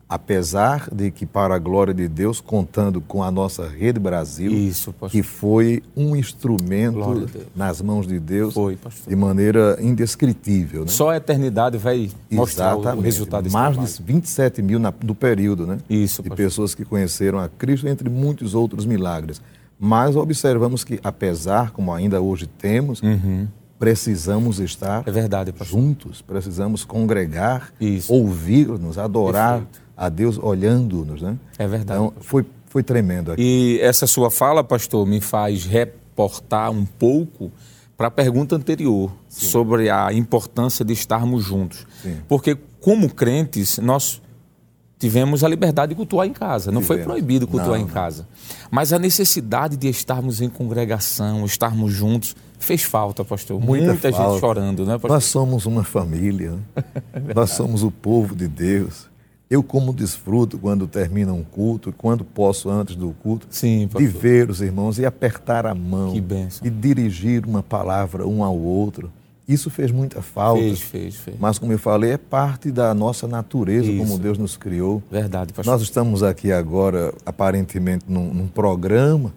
apesar de que, para a glória de Deus, contando com a nossa Rede Brasil, Isso, pastor. que foi um instrumento Glória a Deus. nas mãos de Deus, Foi, pastor. de maneira indescritível. Né? Só a eternidade vai mostrar o resultado desse Mais trabalho. de vinte e sete mil na, no período, né? Isso, de pastor. pessoas que conheceram a Cristo, entre muitos outros milagres. Mas observamos que, apesar, como ainda hoje temos, Uhum. precisamos estar É verdade, pastor. juntos, precisamos congregar, Isso. ouvir-nos, adorar Perfeito. a Deus olhando-nos. Né? É verdade. Então, foi, foi tremendo aqui. E essa sua fala, pastor, me faz reportar um pouco para a pergunta anterior, Sim. sobre a importância de estarmos juntos. Sim. Porque, como crentes, nós tivemos a liberdade de cultuar em casa. Não foi Tivemos. proibido cultuar Não, em não. casa. Mas a necessidade de estarmos em congregação, estarmos juntos, fez falta, pastor. Muita Muita gente falta. chorando, né, pastor? Nós somos uma família, né? Nós somos o povo de Deus. Eu como desfruto quando termina um culto, quando posso antes do culto, Sim, pastor. de ver os irmãos e apertar a mão, Que bênção. e dirigir uma palavra um ao outro. Isso fez muita falta. Fez, fez, fez. Mas, como eu falei, é parte da nossa natureza, Isso. como Deus nos criou. Verdade, pastor. Nós estamos aqui agora, aparentemente, num, num programa,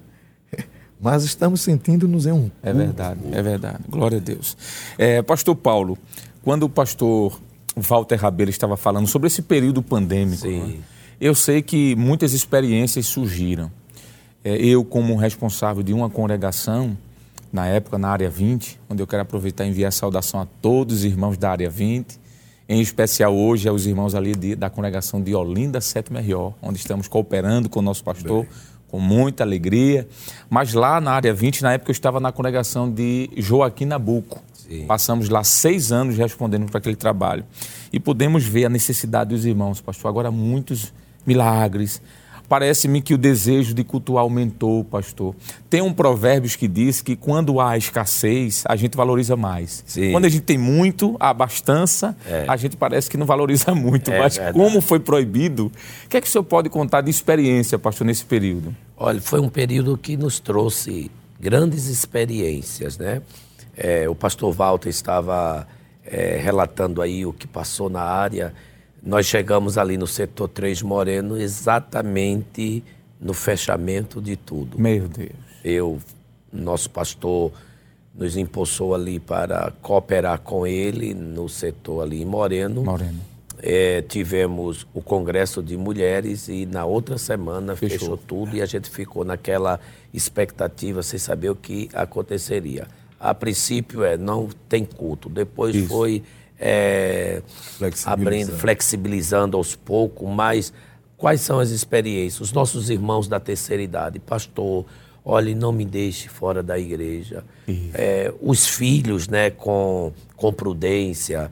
mas estamos sentindo-nos em um culto. É verdade, é verdade. Glória a Deus. É, pastor Paulo, quando o pastor Walter Rabelo estava falando sobre esse período pandêmico, Sim. né, eu sei que muitas experiências surgiram. É, eu, como responsável de uma congregação, na época, na Área vinte, onde eu quero aproveitar e enviar saudação a todos os irmãos da Área vinte, em especial hoje aos irmãos ali de, da congregação de Olinda Sétima R O, onde estamos cooperando com o nosso pastor, Bem. com muita alegria. Mas lá na Área vinte, na época eu estava na congregação de Joaquim Nabuco. Sim. Passamos lá seis anos respondendo para aquele trabalho. E pudemos ver a necessidade dos irmãos, pastor. Agora muitos milagres. Parece-me que o desejo de cultuar aumentou, pastor. Tem um provérbio que diz que quando há escassez, a gente valoriza mais. Sim. Quando a gente tem muito, a abastança, é. a gente parece que não valoriza muito. É, mas verdade. como foi proibido, o que é que o senhor pode contar de experiência, pastor, nesse período? Olha, foi um período que nos trouxe grandes experiências, né? É, o pastor Walter estava é, relatando aí o que passou na área. Nós chegamos ali no setor três Moreno exatamente no fechamento de tudo. Meu Deus. Eu, nosso pastor nos impulsou ali para cooperar com ele no setor ali em Moreno. Moreno. É, tivemos o congresso de mulheres e na outra semana fechou. fechou tudo e a gente ficou naquela expectativa sem saber o que aconteceria. A princípio é, não tem culto. Depois Isso. foi... É, flexibilizando. Abrindo, flexibilizando aos poucos, mas quais são as experiências? Os nossos irmãos da terceira idade, pastor, olhe, não me deixe fora da igreja. É, os filhos, né, com, com prudência,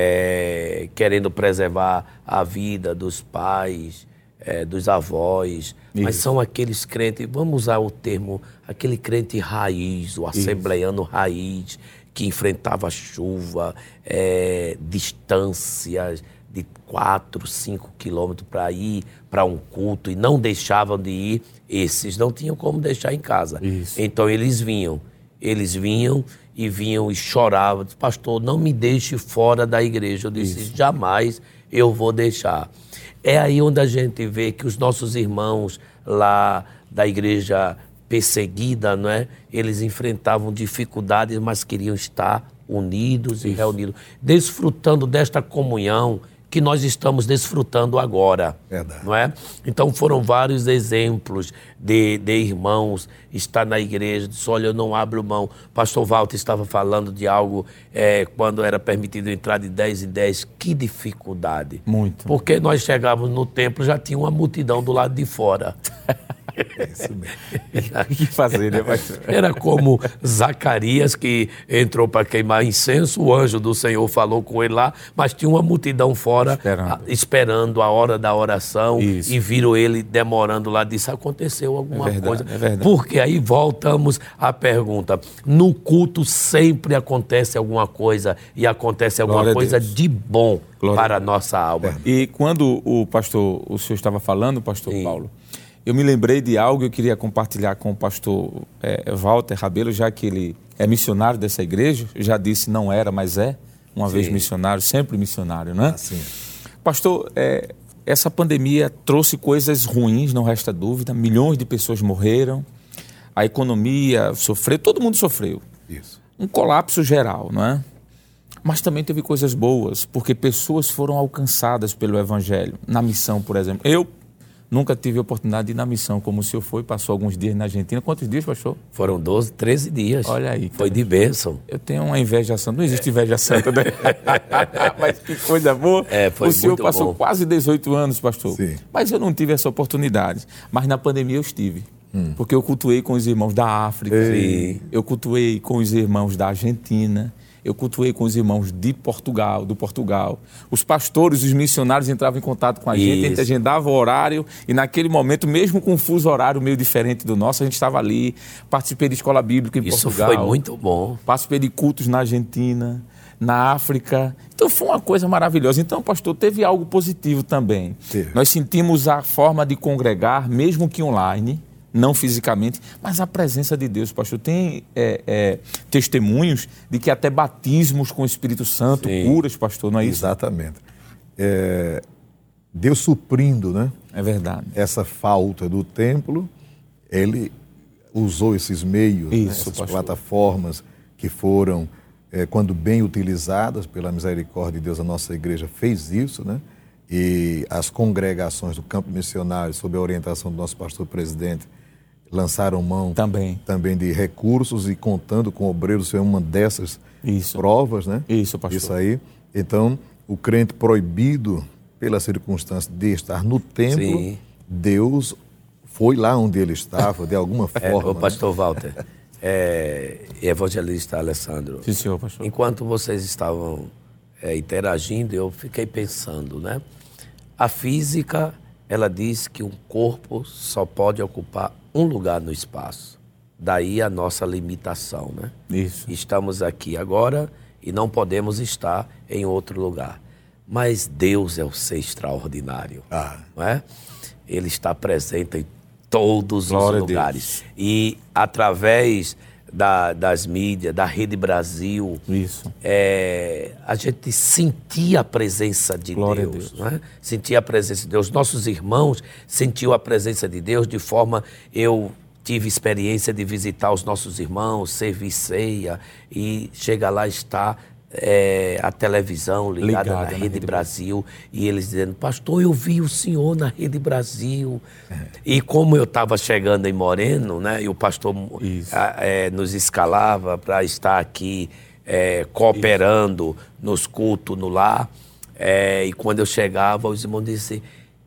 é, querendo preservar a vida dos pais, é, dos avós, Isso. mas são aqueles crentes, vamos usar o termo, aquele crente raiz, o assembleiano Isso. raiz, que enfrentava chuva, é, distâncias de quatro, cinco quilômetros para ir para um culto e não deixavam de ir, esses não tinham como deixar em casa. Isso. Então eles vinham, eles vinham e vinham e choravam, pastor, não me deixe fora da igreja. Eu disse, Isso. jamais eu vou deixar. É aí onde a gente vê que os nossos irmãos lá da igreja perseguida, não é? Eles enfrentavam dificuldades, mas queriam estar unidos Isso. e reunidos, desfrutando desta comunhão que nós estamos desfrutando agora. Verdade. Não é? Então foram vários exemplos de, de irmãos estar na igreja, disse, olha, eu não abro mão. Pastor Walter estava falando de algo é, quando era permitido entrar de dez em dez. Que dificuldade. Muito. Porque nós chegávamos no templo, já tinha uma multidão do lado de fora. É isso mesmo. O que fazer, né, pastor? Era como Zacarias, que entrou para queimar incenso, o anjo do Senhor falou com ele lá, mas tinha uma multidão fora Esperando. a, esperando a hora da oração. Isso. E viram ele demorando lá, disse, aconteceu alguma É verdade, coisa. é verdade. Porque aí voltamos à pergunta, no culto sempre acontece alguma coisa e acontece alguma Glória a coisa Deus. de bom Glória para a a nossa alma. E quando o pastor, o senhor estava falando, pastor Sim. Paulo, eu me lembrei de algo que eu queria compartilhar com o pastor é, Walter Rabelo, já que ele é missionário dessa igreja, já disse não era, mas é, uma Sim. vez missionário, sempre missionário, né? Assim. Pastor, é, essa pandemia trouxe coisas ruins, não resta dúvida, milhões de pessoas morreram, a economia sofreu, todo mundo sofreu. Isso. Um colapso geral, não é? Mas também teve coisas boas, porque pessoas foram alcançadas pelo Evangelho, na missão, por exemplo. Eu nunca tive a oportunidade de ir na missão, como o senhor foi, passou alguns dias na Argentina. Quantos dias, pastor? Foram doze, treze dias. Olha aí. Foi de bênção. Eu tenho uma inveja santa. Não existe inveja santa, né? Mas que coisa boa. É, foi o senhor muito passou bom. quase dezoito anos, pastor. Sim. Mas eu não tive essa oportunidade. Mas na pandemia eu estive. Hum. Porque eu cultuei com os irmãos da África. Sim. Eu cultuei com os irmãos da Argentina. Eu cultuei com os irmãos de Portugal, do Portugal. Os pastores, os missionários entravam em contato com a gente, a gente agendava o horário e naquele momento, mesmo com um fuso horário meio diferente do nosso, a gente estava ali. Participei de escola bíblica em Isso Portugal. foi muito bom. Participei de cultos na Argentina, na África. Então foi uma coisa maravilhosa. Então, pastor, teve algo positivo também. Teve. Nós sentimos a forma de congregar, mesmo que online, não fisicamente, mas a presença de Deus, pastor. Tem é, é, testemunhos de que até batismos com o Espírito Santo, Sim. curas, pastor, não é isso? Exatamente. É, Deus suprindo, né, É verdade. essa falta do templo, ele usou esses meios, né, Isso, essas pastor. plataformas que foram, é, quando bem utilizadas pela misericórdia de Deus, a nossa igreja fez isso, né? E as congregações do campo missionário, sob a orientação do nosso pastor presidente, lançaram mão Também. também de recursos e contando com obreiros, foi uma dessas Isso. provas, né? Isso, pastor. Isso aí. Então, o crente proibido pela circunstância de estar no templo, Sim. Deus foi lá onde ele estava, de alguma É, forma. o pastor Walter, é, evangelista Alessandro, Sim, senhor, pastor. enquanto vocês estavam é, interagindo, eu fiquei pensando, né? A física, ela diz que um corpo só pode ocupar um lugar no espaço. Daí a nossa limitação, né? Isso. Estamos aqui agora e não podemos estar em outro lugar. Mas Deus é o ser extraordinário, Ah. não é? Ele está presente em todos Glória a os lugares. E através da, das mídias, da Rede Brasil, Isso. é, a gente sentia a presença de Glória a Deus, Deus. não é? Sentia a presença de Deus. Nossos irmãos sentiam a presença de Deus de forma... Eu tive experiência de visitar os nossos irmãos, servir ceia e chega lá está é, a televisão ligada, Ligada na, na Rede, Rede Brasil e eles dizendo, pastor, eu vi o senhor na Rede Brasil. É. E como eu estava chegando em Moreno, né, e o pastor a, é, nos escalava para estar aqui é, cooperando Isso. nos cultos no lar, é, e quando eu chegava, os irmãos diziam,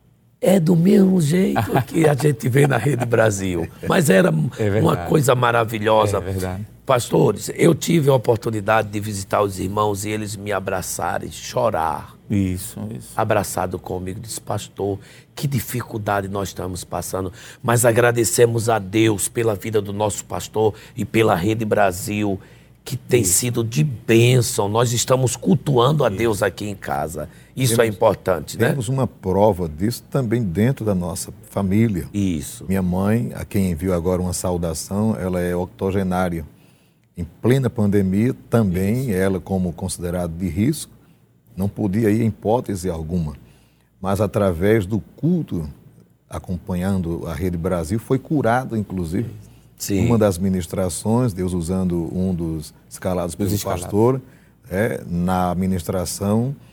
é do mesmo jeito que a gente vê na Rede Brasil. Mas era é uma coisa maravilhosa. É verdade. Pastores, eu tive a oportunidade de visitar os irmãos e eles me abraçarem, chorar. Isso, isso. Abraçado comigo, disse, pastor, que dificuldade nós estamos passando, mas agradecemos a Deus pela vida do nosso pastor e pela Rede Brasil, que tem Isso. sido de bênção. Nós estamos cultuando a Isso. Deus aqui em casa. Isso temos, é importante, né? Temos uma prova disso também dentro da nossa família. Isso. Minha mãe, a quem envio agora uma saudação, ela é octogenária. Em plena pandemia, também Isso. ela, como considerada de risco, não podia ir em hipótese alguma. Mas através do culto, acompanhando a Rede Brasil, foi curada, inclusive. Sim. Uma das ministrações, Deus usando um dos escalados pelo escalados. pastor, é, na ministração,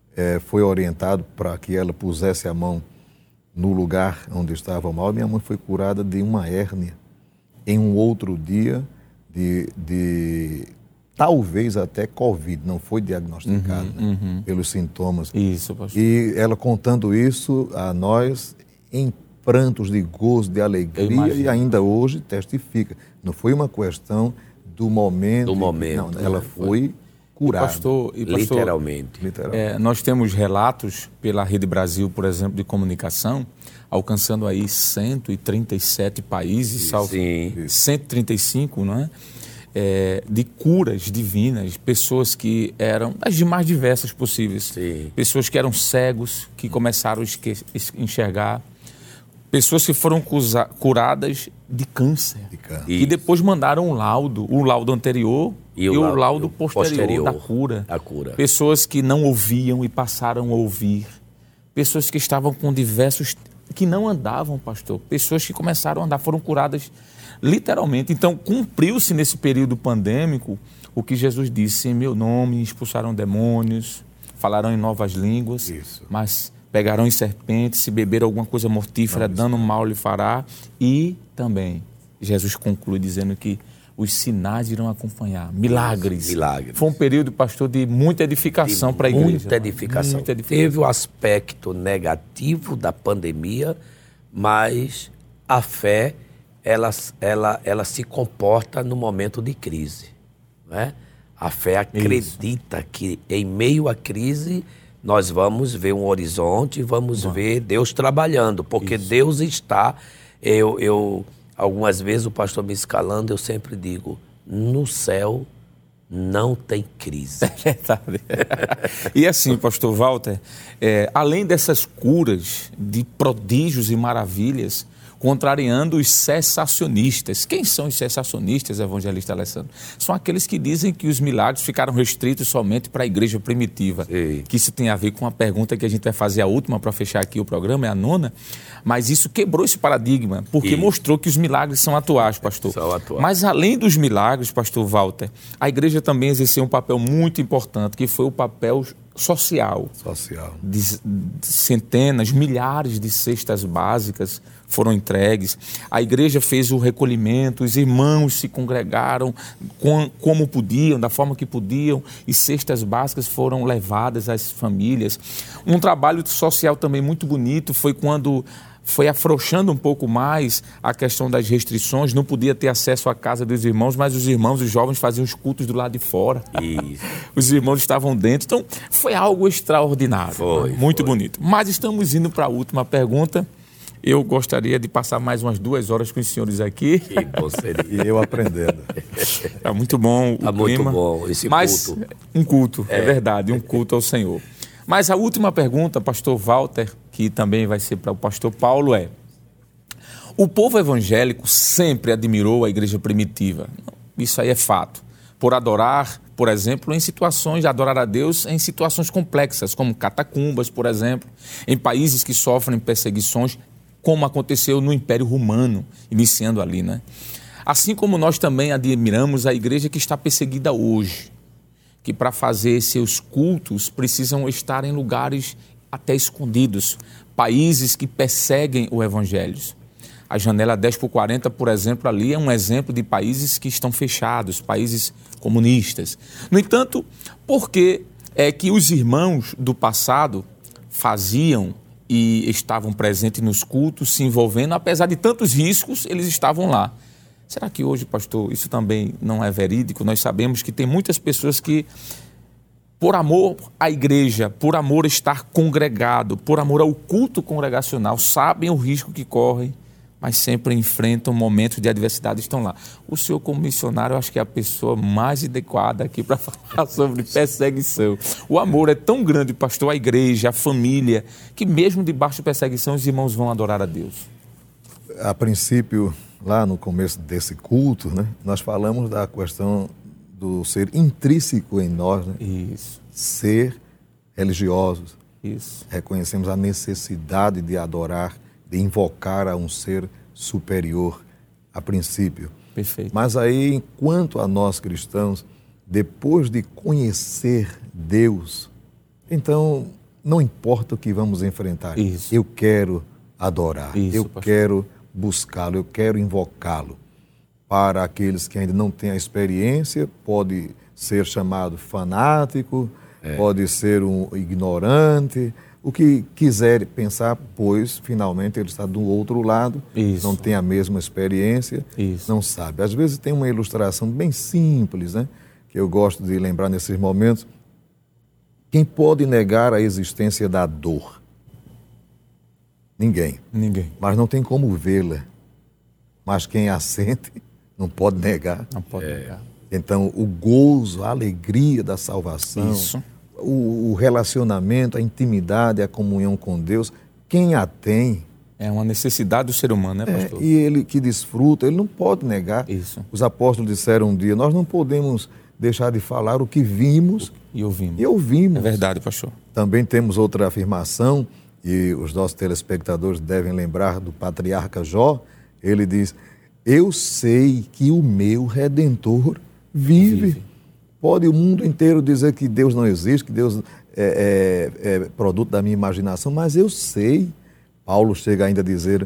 é, foi orientado para que ela pusesse a mão no lugar onde estava o mal. Minha mãe foi curada de uma hérnia. Em um outro dia, de, de talvez até Covid, não foi diagnosticado, uhum, né? uhum. pelos sintomas. Isso, pastor. E ela contando isso a nós em prantos de gozo, de alegria, e ainda hoje testifica. Não foi uma questão do momento. Do momento. Não, ela foi curada. E pastor, e pastor, literalmente. literalmente. É, nós temos relatos pela Rede Brasil, por exemplo, de comunicação, alcançando aí cento e trinta e sete países, salvo cento e trinta e cinco, não é? É, de curas divinas, pessoas que eram as mais diversas possíveis. Sim. Pessoas que eram cegos, que começaram a enxergar. Pessoas que foram curadas de câncer, De câncer. e depois mandaram um laudo, o laudo anterior e, e o laudo, laudo posterior, posterior da cura. A cura. Pessoas que não ouviam e passaram a ouvir. Pessoas que estavam com diversos... que não andavam, pastor. Pessoas que começaram a andar, foram curadas literalmente. Então, cumpriu-se nesse período pandêmico o que Jesus disse: em meu nome expulsaram demônios, falarão em novas línguas, Isso. mas pegarão em serpentes, se beber alguma coisa mortífera, não, dano mal lhe fará. E também, Jesus conclui dizendo que os sinais irão acompanhar, milagres. Milagres. Foi um período, pastor, de muita edificação para a igreja. Muita edificação. muita edificação. Teve o aspecto negativo da pandemia, mas a fé, ela, ela, ela se comporta no momento de crise. Né? A fé acredita Isso. que em meio à crise nós vamos ver um horizonte, vamos Bom. ver Deus trabalhando, porque Isso. Deus está... Eu, eu, algumas vezes o pastor me escalando, eu sempre digo, no céu não tem crise. É verdade. E assim, pastor Walter, é, além dessas curas de prodígios e maravilhas, contrariando os cessacionistas. Quem são os cessacionistas, evangelista Alessandro? São aqueles que dizem que os milagres ficaram restritos somente para a igreja primitiva. Sim. Que isso tem a ver com a pergunta que a gente vai fazer, a última para fechar aqui o programa, é a nona. Mas isso quebrou esse paradigma, porque isso. mostrou que os milagres são atuais, pastor. São atuais. Mas além dos milagres, pastor Walter, a igreja também exerceu um papel muito importante, que foi o papel social. Social. De, de centenas, milhares de cestas básicas foram entregues. A igreja fez o recolhimento, os irmãos se congregaram com, como podiam, da forma que podiam, e cestas básicas foram levadas às famílias. Um trabalho social também muito bonito foi quando foi afrouxando um pouco mais a questão das restrições, não podia ter acesso à casa dos irmãos, mas os irmãos, os jovens faziam os cultos do lado de fora. Isso. Os irmãos estavam dentro, então foi algo extraordinário, foi, muito foi. bonito. Mas estamos indo para a última pergunta. Eu gostaria de passar mais umas duas horas com os senhores aqui. Que bom seria. E eu aprendendo. Tá muito bom o tá clima. Muito bom esse mas, culto. Um culto, é, é verdade, um culto ao Senhor. Mas a última pergunta, pastor Walter, que também vai ser para o pastor Paulo, é: o povo evangélico sempre admirou a igreja primitiva. Isso aí é fato. Por adorar, por exemplo, em situações de adorar a Deus em situações complexas, como catacumbas, por exemplo, em países que sofrem perseguições, como aconteceu no Império Romano, iniciando ali, né? Assim como nós também admiramos a igreja que está perseguida hoje, que para fazer seus cultos precisam estar em lugares até escondidos, países que perseguem o evangelho. A janela dez por quarenta, por exemplo, ali é um exemplo de países que estão fechados, países comunistas. No entanto, por que é que os irmãos do passado faziam e estavam presentes nos cultos, se envolvendo, apesar de tantos riscos, eles estavam lá? Será que hoje, pastor, isso também não é verídico? Nós sabemos que tem muitas pessoas que, por amor à igreja, por amor a estar congregado, por amor ao culto congregacional, sabem o risco que correm, mas sempre enfrentam momentos de adversidade e estão lá. O senhor, como missionário, eu acho que é a pessoa mais adequada aqui para falar sobre perseguição. O amor é tão grande, pastor, a igreja, a família, que mesmo debaixo de perseguição, os irmãos vão adorar a Deus. A princípio, lá no começo desse culto, né, nós falamos da questão do ser intrínseco em nós, né? Isso. Ser religiosos. Isso. Reconhecemos a necessidade de adorar, de invocar a um ser superior, a princípio. Perfeito. Mas aí, enquanto a nós cristãos, depois de conhecer Deus, então não importa o que vamos enfrentar, Isso. eu quero adorar, Isso, eu pastor. quero buscá-lo, eu quero invocá-lo. Para aqueles que ainda não têm a experiência, pode ser chamado fanático, é. pode ser um ignorante, o que quiser pensar, pois finalmente ele está do outro lado, Isso. não tem a mesma experiência, Isso. não sabe. Às vezes tem uma ilustração bem simples, né, que eu gosto de lembrar nesses momentos. Quem pode negar a existência da dor? Ninguém. Ninguém. Mas não tem como vê-la. Mas quem a sente não pode negar. Não pode é. negar. Então, o gozo, a alegria da salvação, Isso. O, o relacionamento, a intimidade, a comunhão com Deus, quem a tem... É uma necessidade do ser humano, né, pastor? É, e ele que desfruta, ele não pode negar. Isso. Os apóstolos disseram um dia, nós não podemos deixar de falar o que vimos e ouvimos. E ouvimos. É verdade, pastor. Também temos outra afirmação, e os nossos telespectadores devem lembrar do patriarca Jó. Ele diz, eu sei que o meu Redentor vive. vive. Pode o mundo inteiro dizer que Deus não existe, que Deus é, é, é produto da minha imaginação, mas eu sei. Paulo chega ainda a dizer,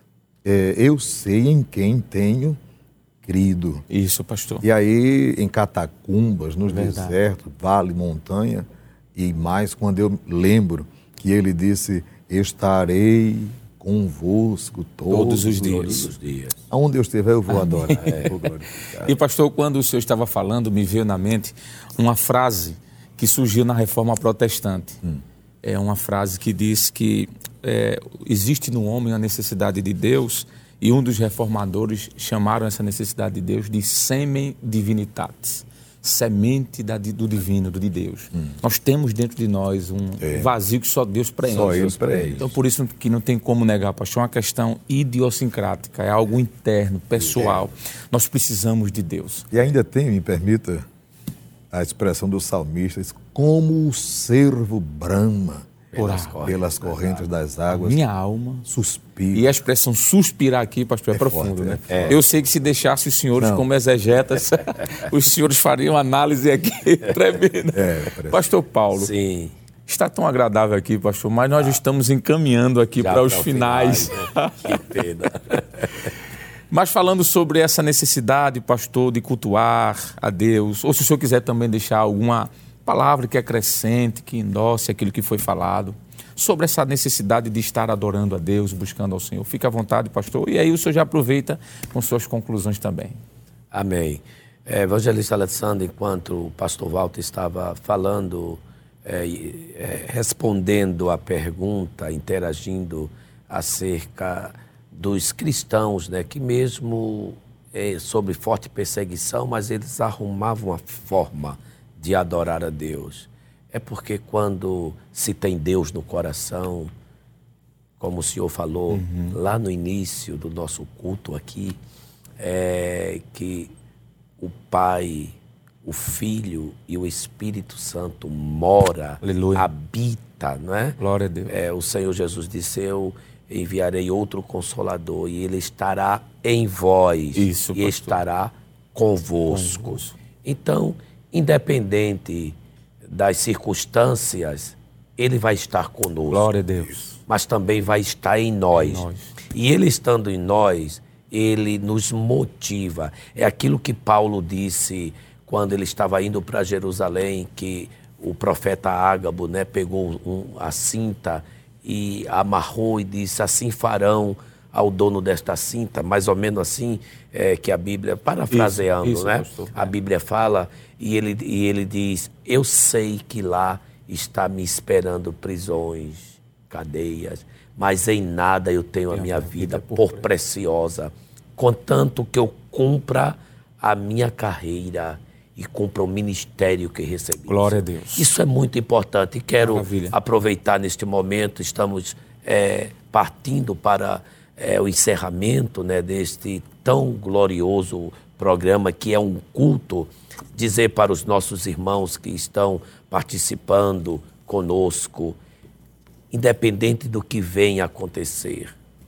é, eu sei em quem tenho crido. Isso, pastor. E aí, em catacumbas, nos Verdade. desertos, vale, montanha, e mais, quando eu lembro que ele disse, estarei convosco todos, todos os dias. Todos os dias. Aonde eu estiver, eu vou Amém. adorar. É. Vou glorificar. E, pastor, quando o senhor estava falando, me veio na mente uma frase que surgiu na Reforma Protestante. Hum. É uma frase que diz que é, existe no homem a necessidade de Deus, e um dos reformadores chamaram essa necessidade de Deus de semen divinitatis, semente da, do divino, do de Deus. Hum. Nós temos dentro de nós um é. vazio que só Deus preenche. Só Ele preenche. Então, por isso que não tem como negar, pastor, é uma questão idiosincrática, é algo interno, pessoal. É. Nós precisamos de Deus. E ainda tem, me permita, a expressão do salmista, como o cervo brama pelas, pelas correntes das águas. Minha alma suspira. E a expressão suspirar aqui, pastor, é, é profundo, forte, né? É. Eu sei que se deixasse os senhores Não. como exegetas, os senhores fariam análise aqui tremenda. É, pastor Paulo. Sim. Está tão agradável aqui, pastor, mas nós ah. estamos encaminhando aqui para os finais. Final, né? Que pena. Mas falando sobre essa necessidade, pastor, de cultuar a Deus, ou se o senhor quiser também deixar alguma palavra que acrescente, que endosse aquilo que foi falado, sobre essa necessidade de estar adorando a Deus, buscando ao Senhor. Fique à vontade, pastor, e aí o senhor já aproveita com suas conclusões também. Amém. É, evangelista Alexandre, enquanto o pastor Walter estava falando, é, é, respondendo a pergunta, interagindo acerca dos cristãos, né, que mesmo é, sobre forte perseguição, mas eles arrumavam a forma de adorar a Deus. É porque quando se tem Deus no coração, como o senhor falou uhum. lá no início do nosso culto aqui, é que o Pai, o Filho e o Espírito Santo mora, Aleluia. habita, não é? Glória a Deus. É, o Senhor Jesus disse, eu enviarei outro Consolador e Ele estará em vós Isso, e pastor. estará convosco. convosco. Então, independente das circunstâncias, Ele vai estar conosco. Glória a Deus. Mas também vai estar em nós. Em nós. E Ele estando em nós, Ele nos motiva. É aquilo que Paulo disse quando ele estava indo para Jerusalém, que o profeta Ágabo, né, pegou um, a cinta e amarrou e disse, assim farão ao dono desta cinta, mais ou menos assim, é, que a Bíblia, parafraseando, isso, isso, né? Pastor. A Bíblia fala e ele, e ele diz, eu sei que lá está me esperando prisões, cadeias, mas em nada eu tenho a minha vida por preciosa, contanto que eu cumpra a minha carreira e cumpra o ministério que recebi. Glória a Deus. Isso é muito importante e quero Maravilha. aproveitar neste momento, estamos é, partindo para é, o encerramento, né, deste tão glorioso programa que é um culto, dizer para os nossos irmãos que estão participando conosco, independente do que venha acontecer,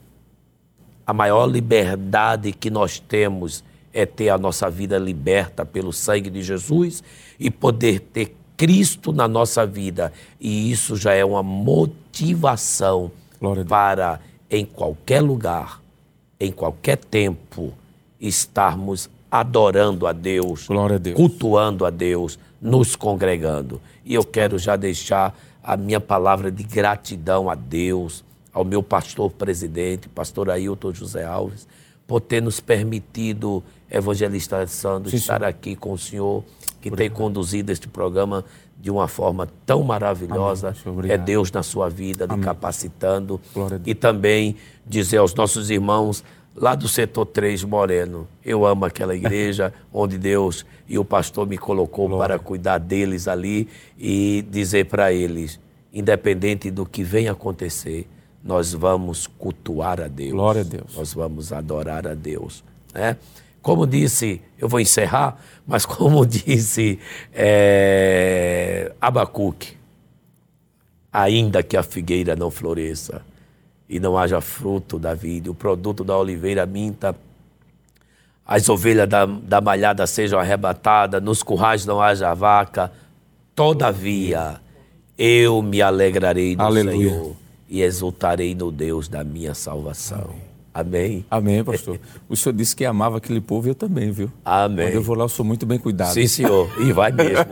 a maior liberdade que nós temos é ter a nossa vida liberta pelo sangue de Jesus e poder ter Cristo na nossa vida. E isso já é uma motivação para, em qualquer lugar, em qualquer tempo, estarmos adorando a Deus, Glória a Deus, cultuando a Deus, nos congregando. E eu quero já deixar a minha palavra de gratidão a Deus, ao meu pastor presidente, pastor Ailton José Alves, por ter nos permitido, evangelista Sandro, Sim, estar sim. aqui com o senhor, que tem conduzido este programa de uma forma tão maravilhosa. Amém. É Deus na sua vida, lhe capacitando. Glória a Deus. E também dizer aos nossos irmãos lá do setor três Moreno, eu amo aquela igreja onde Deus e o pastor me colocou Glória. para cuidar deles ali e dizer para eles, independente do que venha acontecer, nós vamos cultuar a Deus. Glória a Deus. Nós vamos adorar a Deus. Né? Como disse, eu vou encerrar, mas como disse é, Abacuque, ainda que a figueira não floresça e não haja fruto da vide, o produto da oliveira minta, as ovelhas da, da malhada sejam arrebatadas, nos currais não haja vaca, todavia eu me alegrarei no Aleluia. Senhor e exultarei no Deus da minha salvação. Amém? Amém, pastor. O senhor disse que amava aquele povo e eu também, viu? Amém. Quando eu vou lá, eu sou muito bem cuidado. Sim, senhor. E vai mesmo.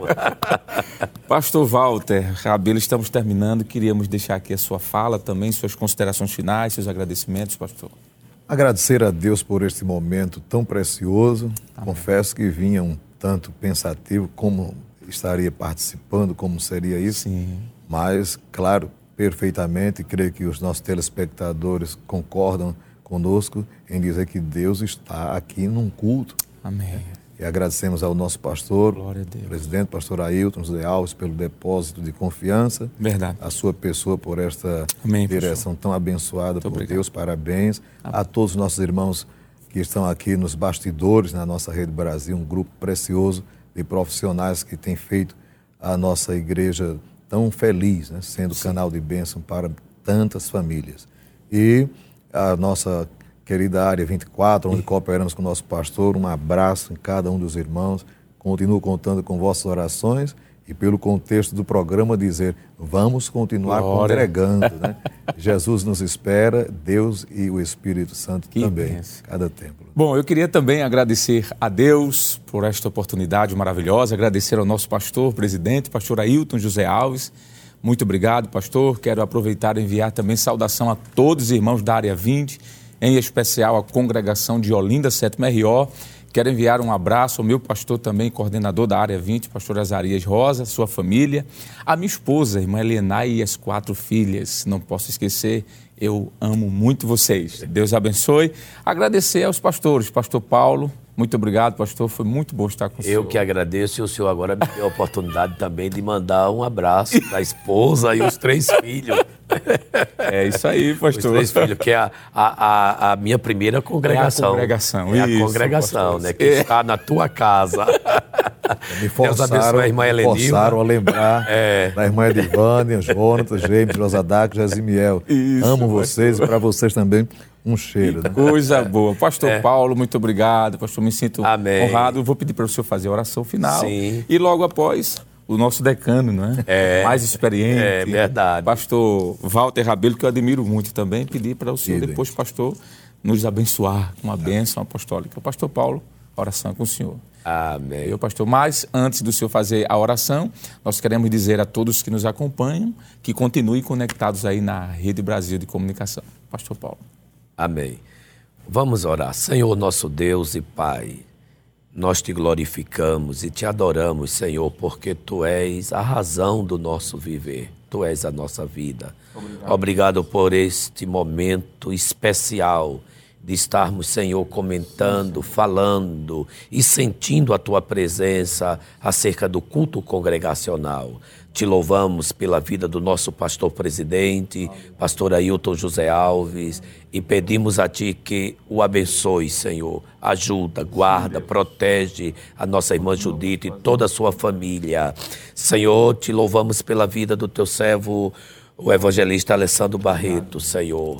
Pastor Walter Rabelo, estamos terminando. Queríamos deixar aqui a sua fala também, suas considerações finais, seus agradecimentos, pastor. Agradecer a Deus por este momento tão precioso. Amém. Confesso que vinha um tanto pensativo como estaria participando, como seria isso. Sim. Mas, claro, perfeitamente, creio que os nossos telespectadores concordam conosco em dizer que Deus está aqui num culto. Amém. E agradecemos ao nosso pastor, Glória a Deus. presidente, pastor Ailton José Alves, pelo depósito de confiança. Verdade. A sua pessoa por esta Amém, direção pastor. tão abençoada Muito por obrigado. Deus. Parabéns. Amém. A todos os nossos irmãos que estão aqui nos bastidores, na nossa Rede Brasil, um grupo precioso de profissionais que tem feito a nossa igreja tão feliz, né? Sendo Sim. canal de bênção para tantas famílias. E a nossa querida Área vinte e quatro, onde cooperamos com o nosso pastor, um abraço em cada um dos irmãos. Continuo contando com vossas orações e pelo contexto do programa dizer, vamos continuar Glória. congregando, né? Jesus nos espera, Deus e o Espírito Santo Que também, benção. cada templo. Bom, eu queria também agradecer a Deus por esta oportunidade maravilhosa, agradecer ao nosso pastor, presidente, pastor Ailton José Alves. Muito obrigado, pastor. Quero aproveitar e enviar também saudação a todos os irmãos da Área vinte, em especial a congregação de Olinda, sétimo R O. Quero enviar um abraço ao meu pastor também, coordenador da Área vinte, pastor Azarias Rosa, sua família, a minha esposa, irmã Helena, e as quatro filhas. Não posso esquecer, eu amo muito vocês. Deus abençoe. Agradecer aos pastores, pastor Paulo. Muito obrigado, pastor. Foi muito bom estar com o senhor. Eu que agradeço e o senhor agora me deu a oportunidade também de mandar um abraço da esposa e os três filhos. É isso aí, pastor. Os três filhos, que é a, a, a minha primeira congregação. É a congregação, É a isso, congregação, pastor. né? Que é. está na tua casa. Me forçaram, a irmã me Helenilma. forçaram a lembrar É. da irmã Edivânia, Jonatas, James, Rosadac, Jasimiel. Isso, Amo vocês e para vocês também um cheiro. Né? Coisa boa. Pastor é. Paulo, muito obrigado. Pastor, me sinto Amém. honrado. Vou pedir para o senhor fazer a oração final. Sim. E logo após, o nosso decano, né? É. Mais experiente. É verdade. Pastor Walter Rabelo, que eu admiro muito também, pedir para o senhor Sim, depois, pastor, nos abençoar com uma bênção apostólica. Pastor Paulo, oração com o senhor. Amém. Eu, pastor, mas antes do senhor fazer a oração, nós queremos dizer a todos que nos acompanham que continuem conectados aí na Rede Brasil de Comunicação. Pastor Paulo. Amém. Vamos orar. Senhor, nosso Deus e Pai, nós te glorificamos e te adoramos, Senhor, porque Tu és a razão do nosso viver. Tu és a nossa vida. Obrigado, Obrigado por este momento especial de estarmos, Senhor, comentando, falando e sentindo a Tua presença acerca do culto congregacional. Te louvamos pela vida do nosso pastor presidente, pastor Ailton José Alves, e pedimos a Ti que o abençoe, Senhor. Ajuda, guarda, protege a nossa irmã Judite e toda a sua família. Senhor, te louvamos pela vida do Teu servo, o evangelista Alessandro Barreto, Senhor.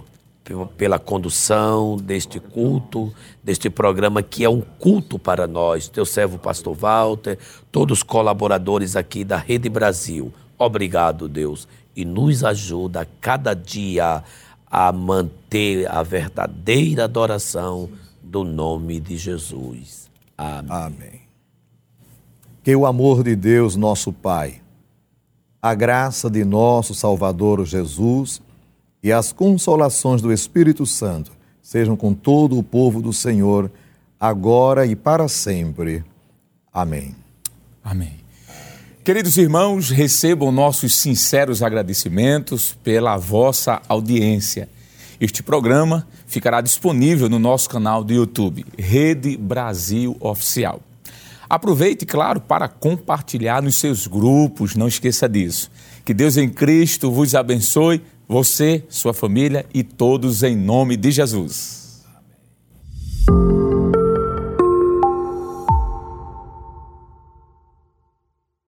pela condução deste culto, deste programa que é um culto para nós, teu servo pastor Walter, todos os colaboradores aqui da Rede Brasil. Obrigado, Deus, e nos ajuda a cada dia a manter a verdadeira adoração do nome de Jesus. Amém. Amém. Que o amor de Deus, nosso Pai, a graça de nosso Salvador Jesus e as consolações do Espírito Santo sejam com todo o povo do Senhor, agora e para sempre. Amém. Amém. Queridos irmãos, recebam nossos sinceros agradecimentos pela vossa audiência. Este programa ficará disponível no nosso canal do YouTube, Rede Brasil Oficial. Aproveite, claro, para compartilhar nos seus grupos, não esqueça disso. Que Deus em Cristo vos abençoe, você, sua família e todos em nome de Jesus. Amém.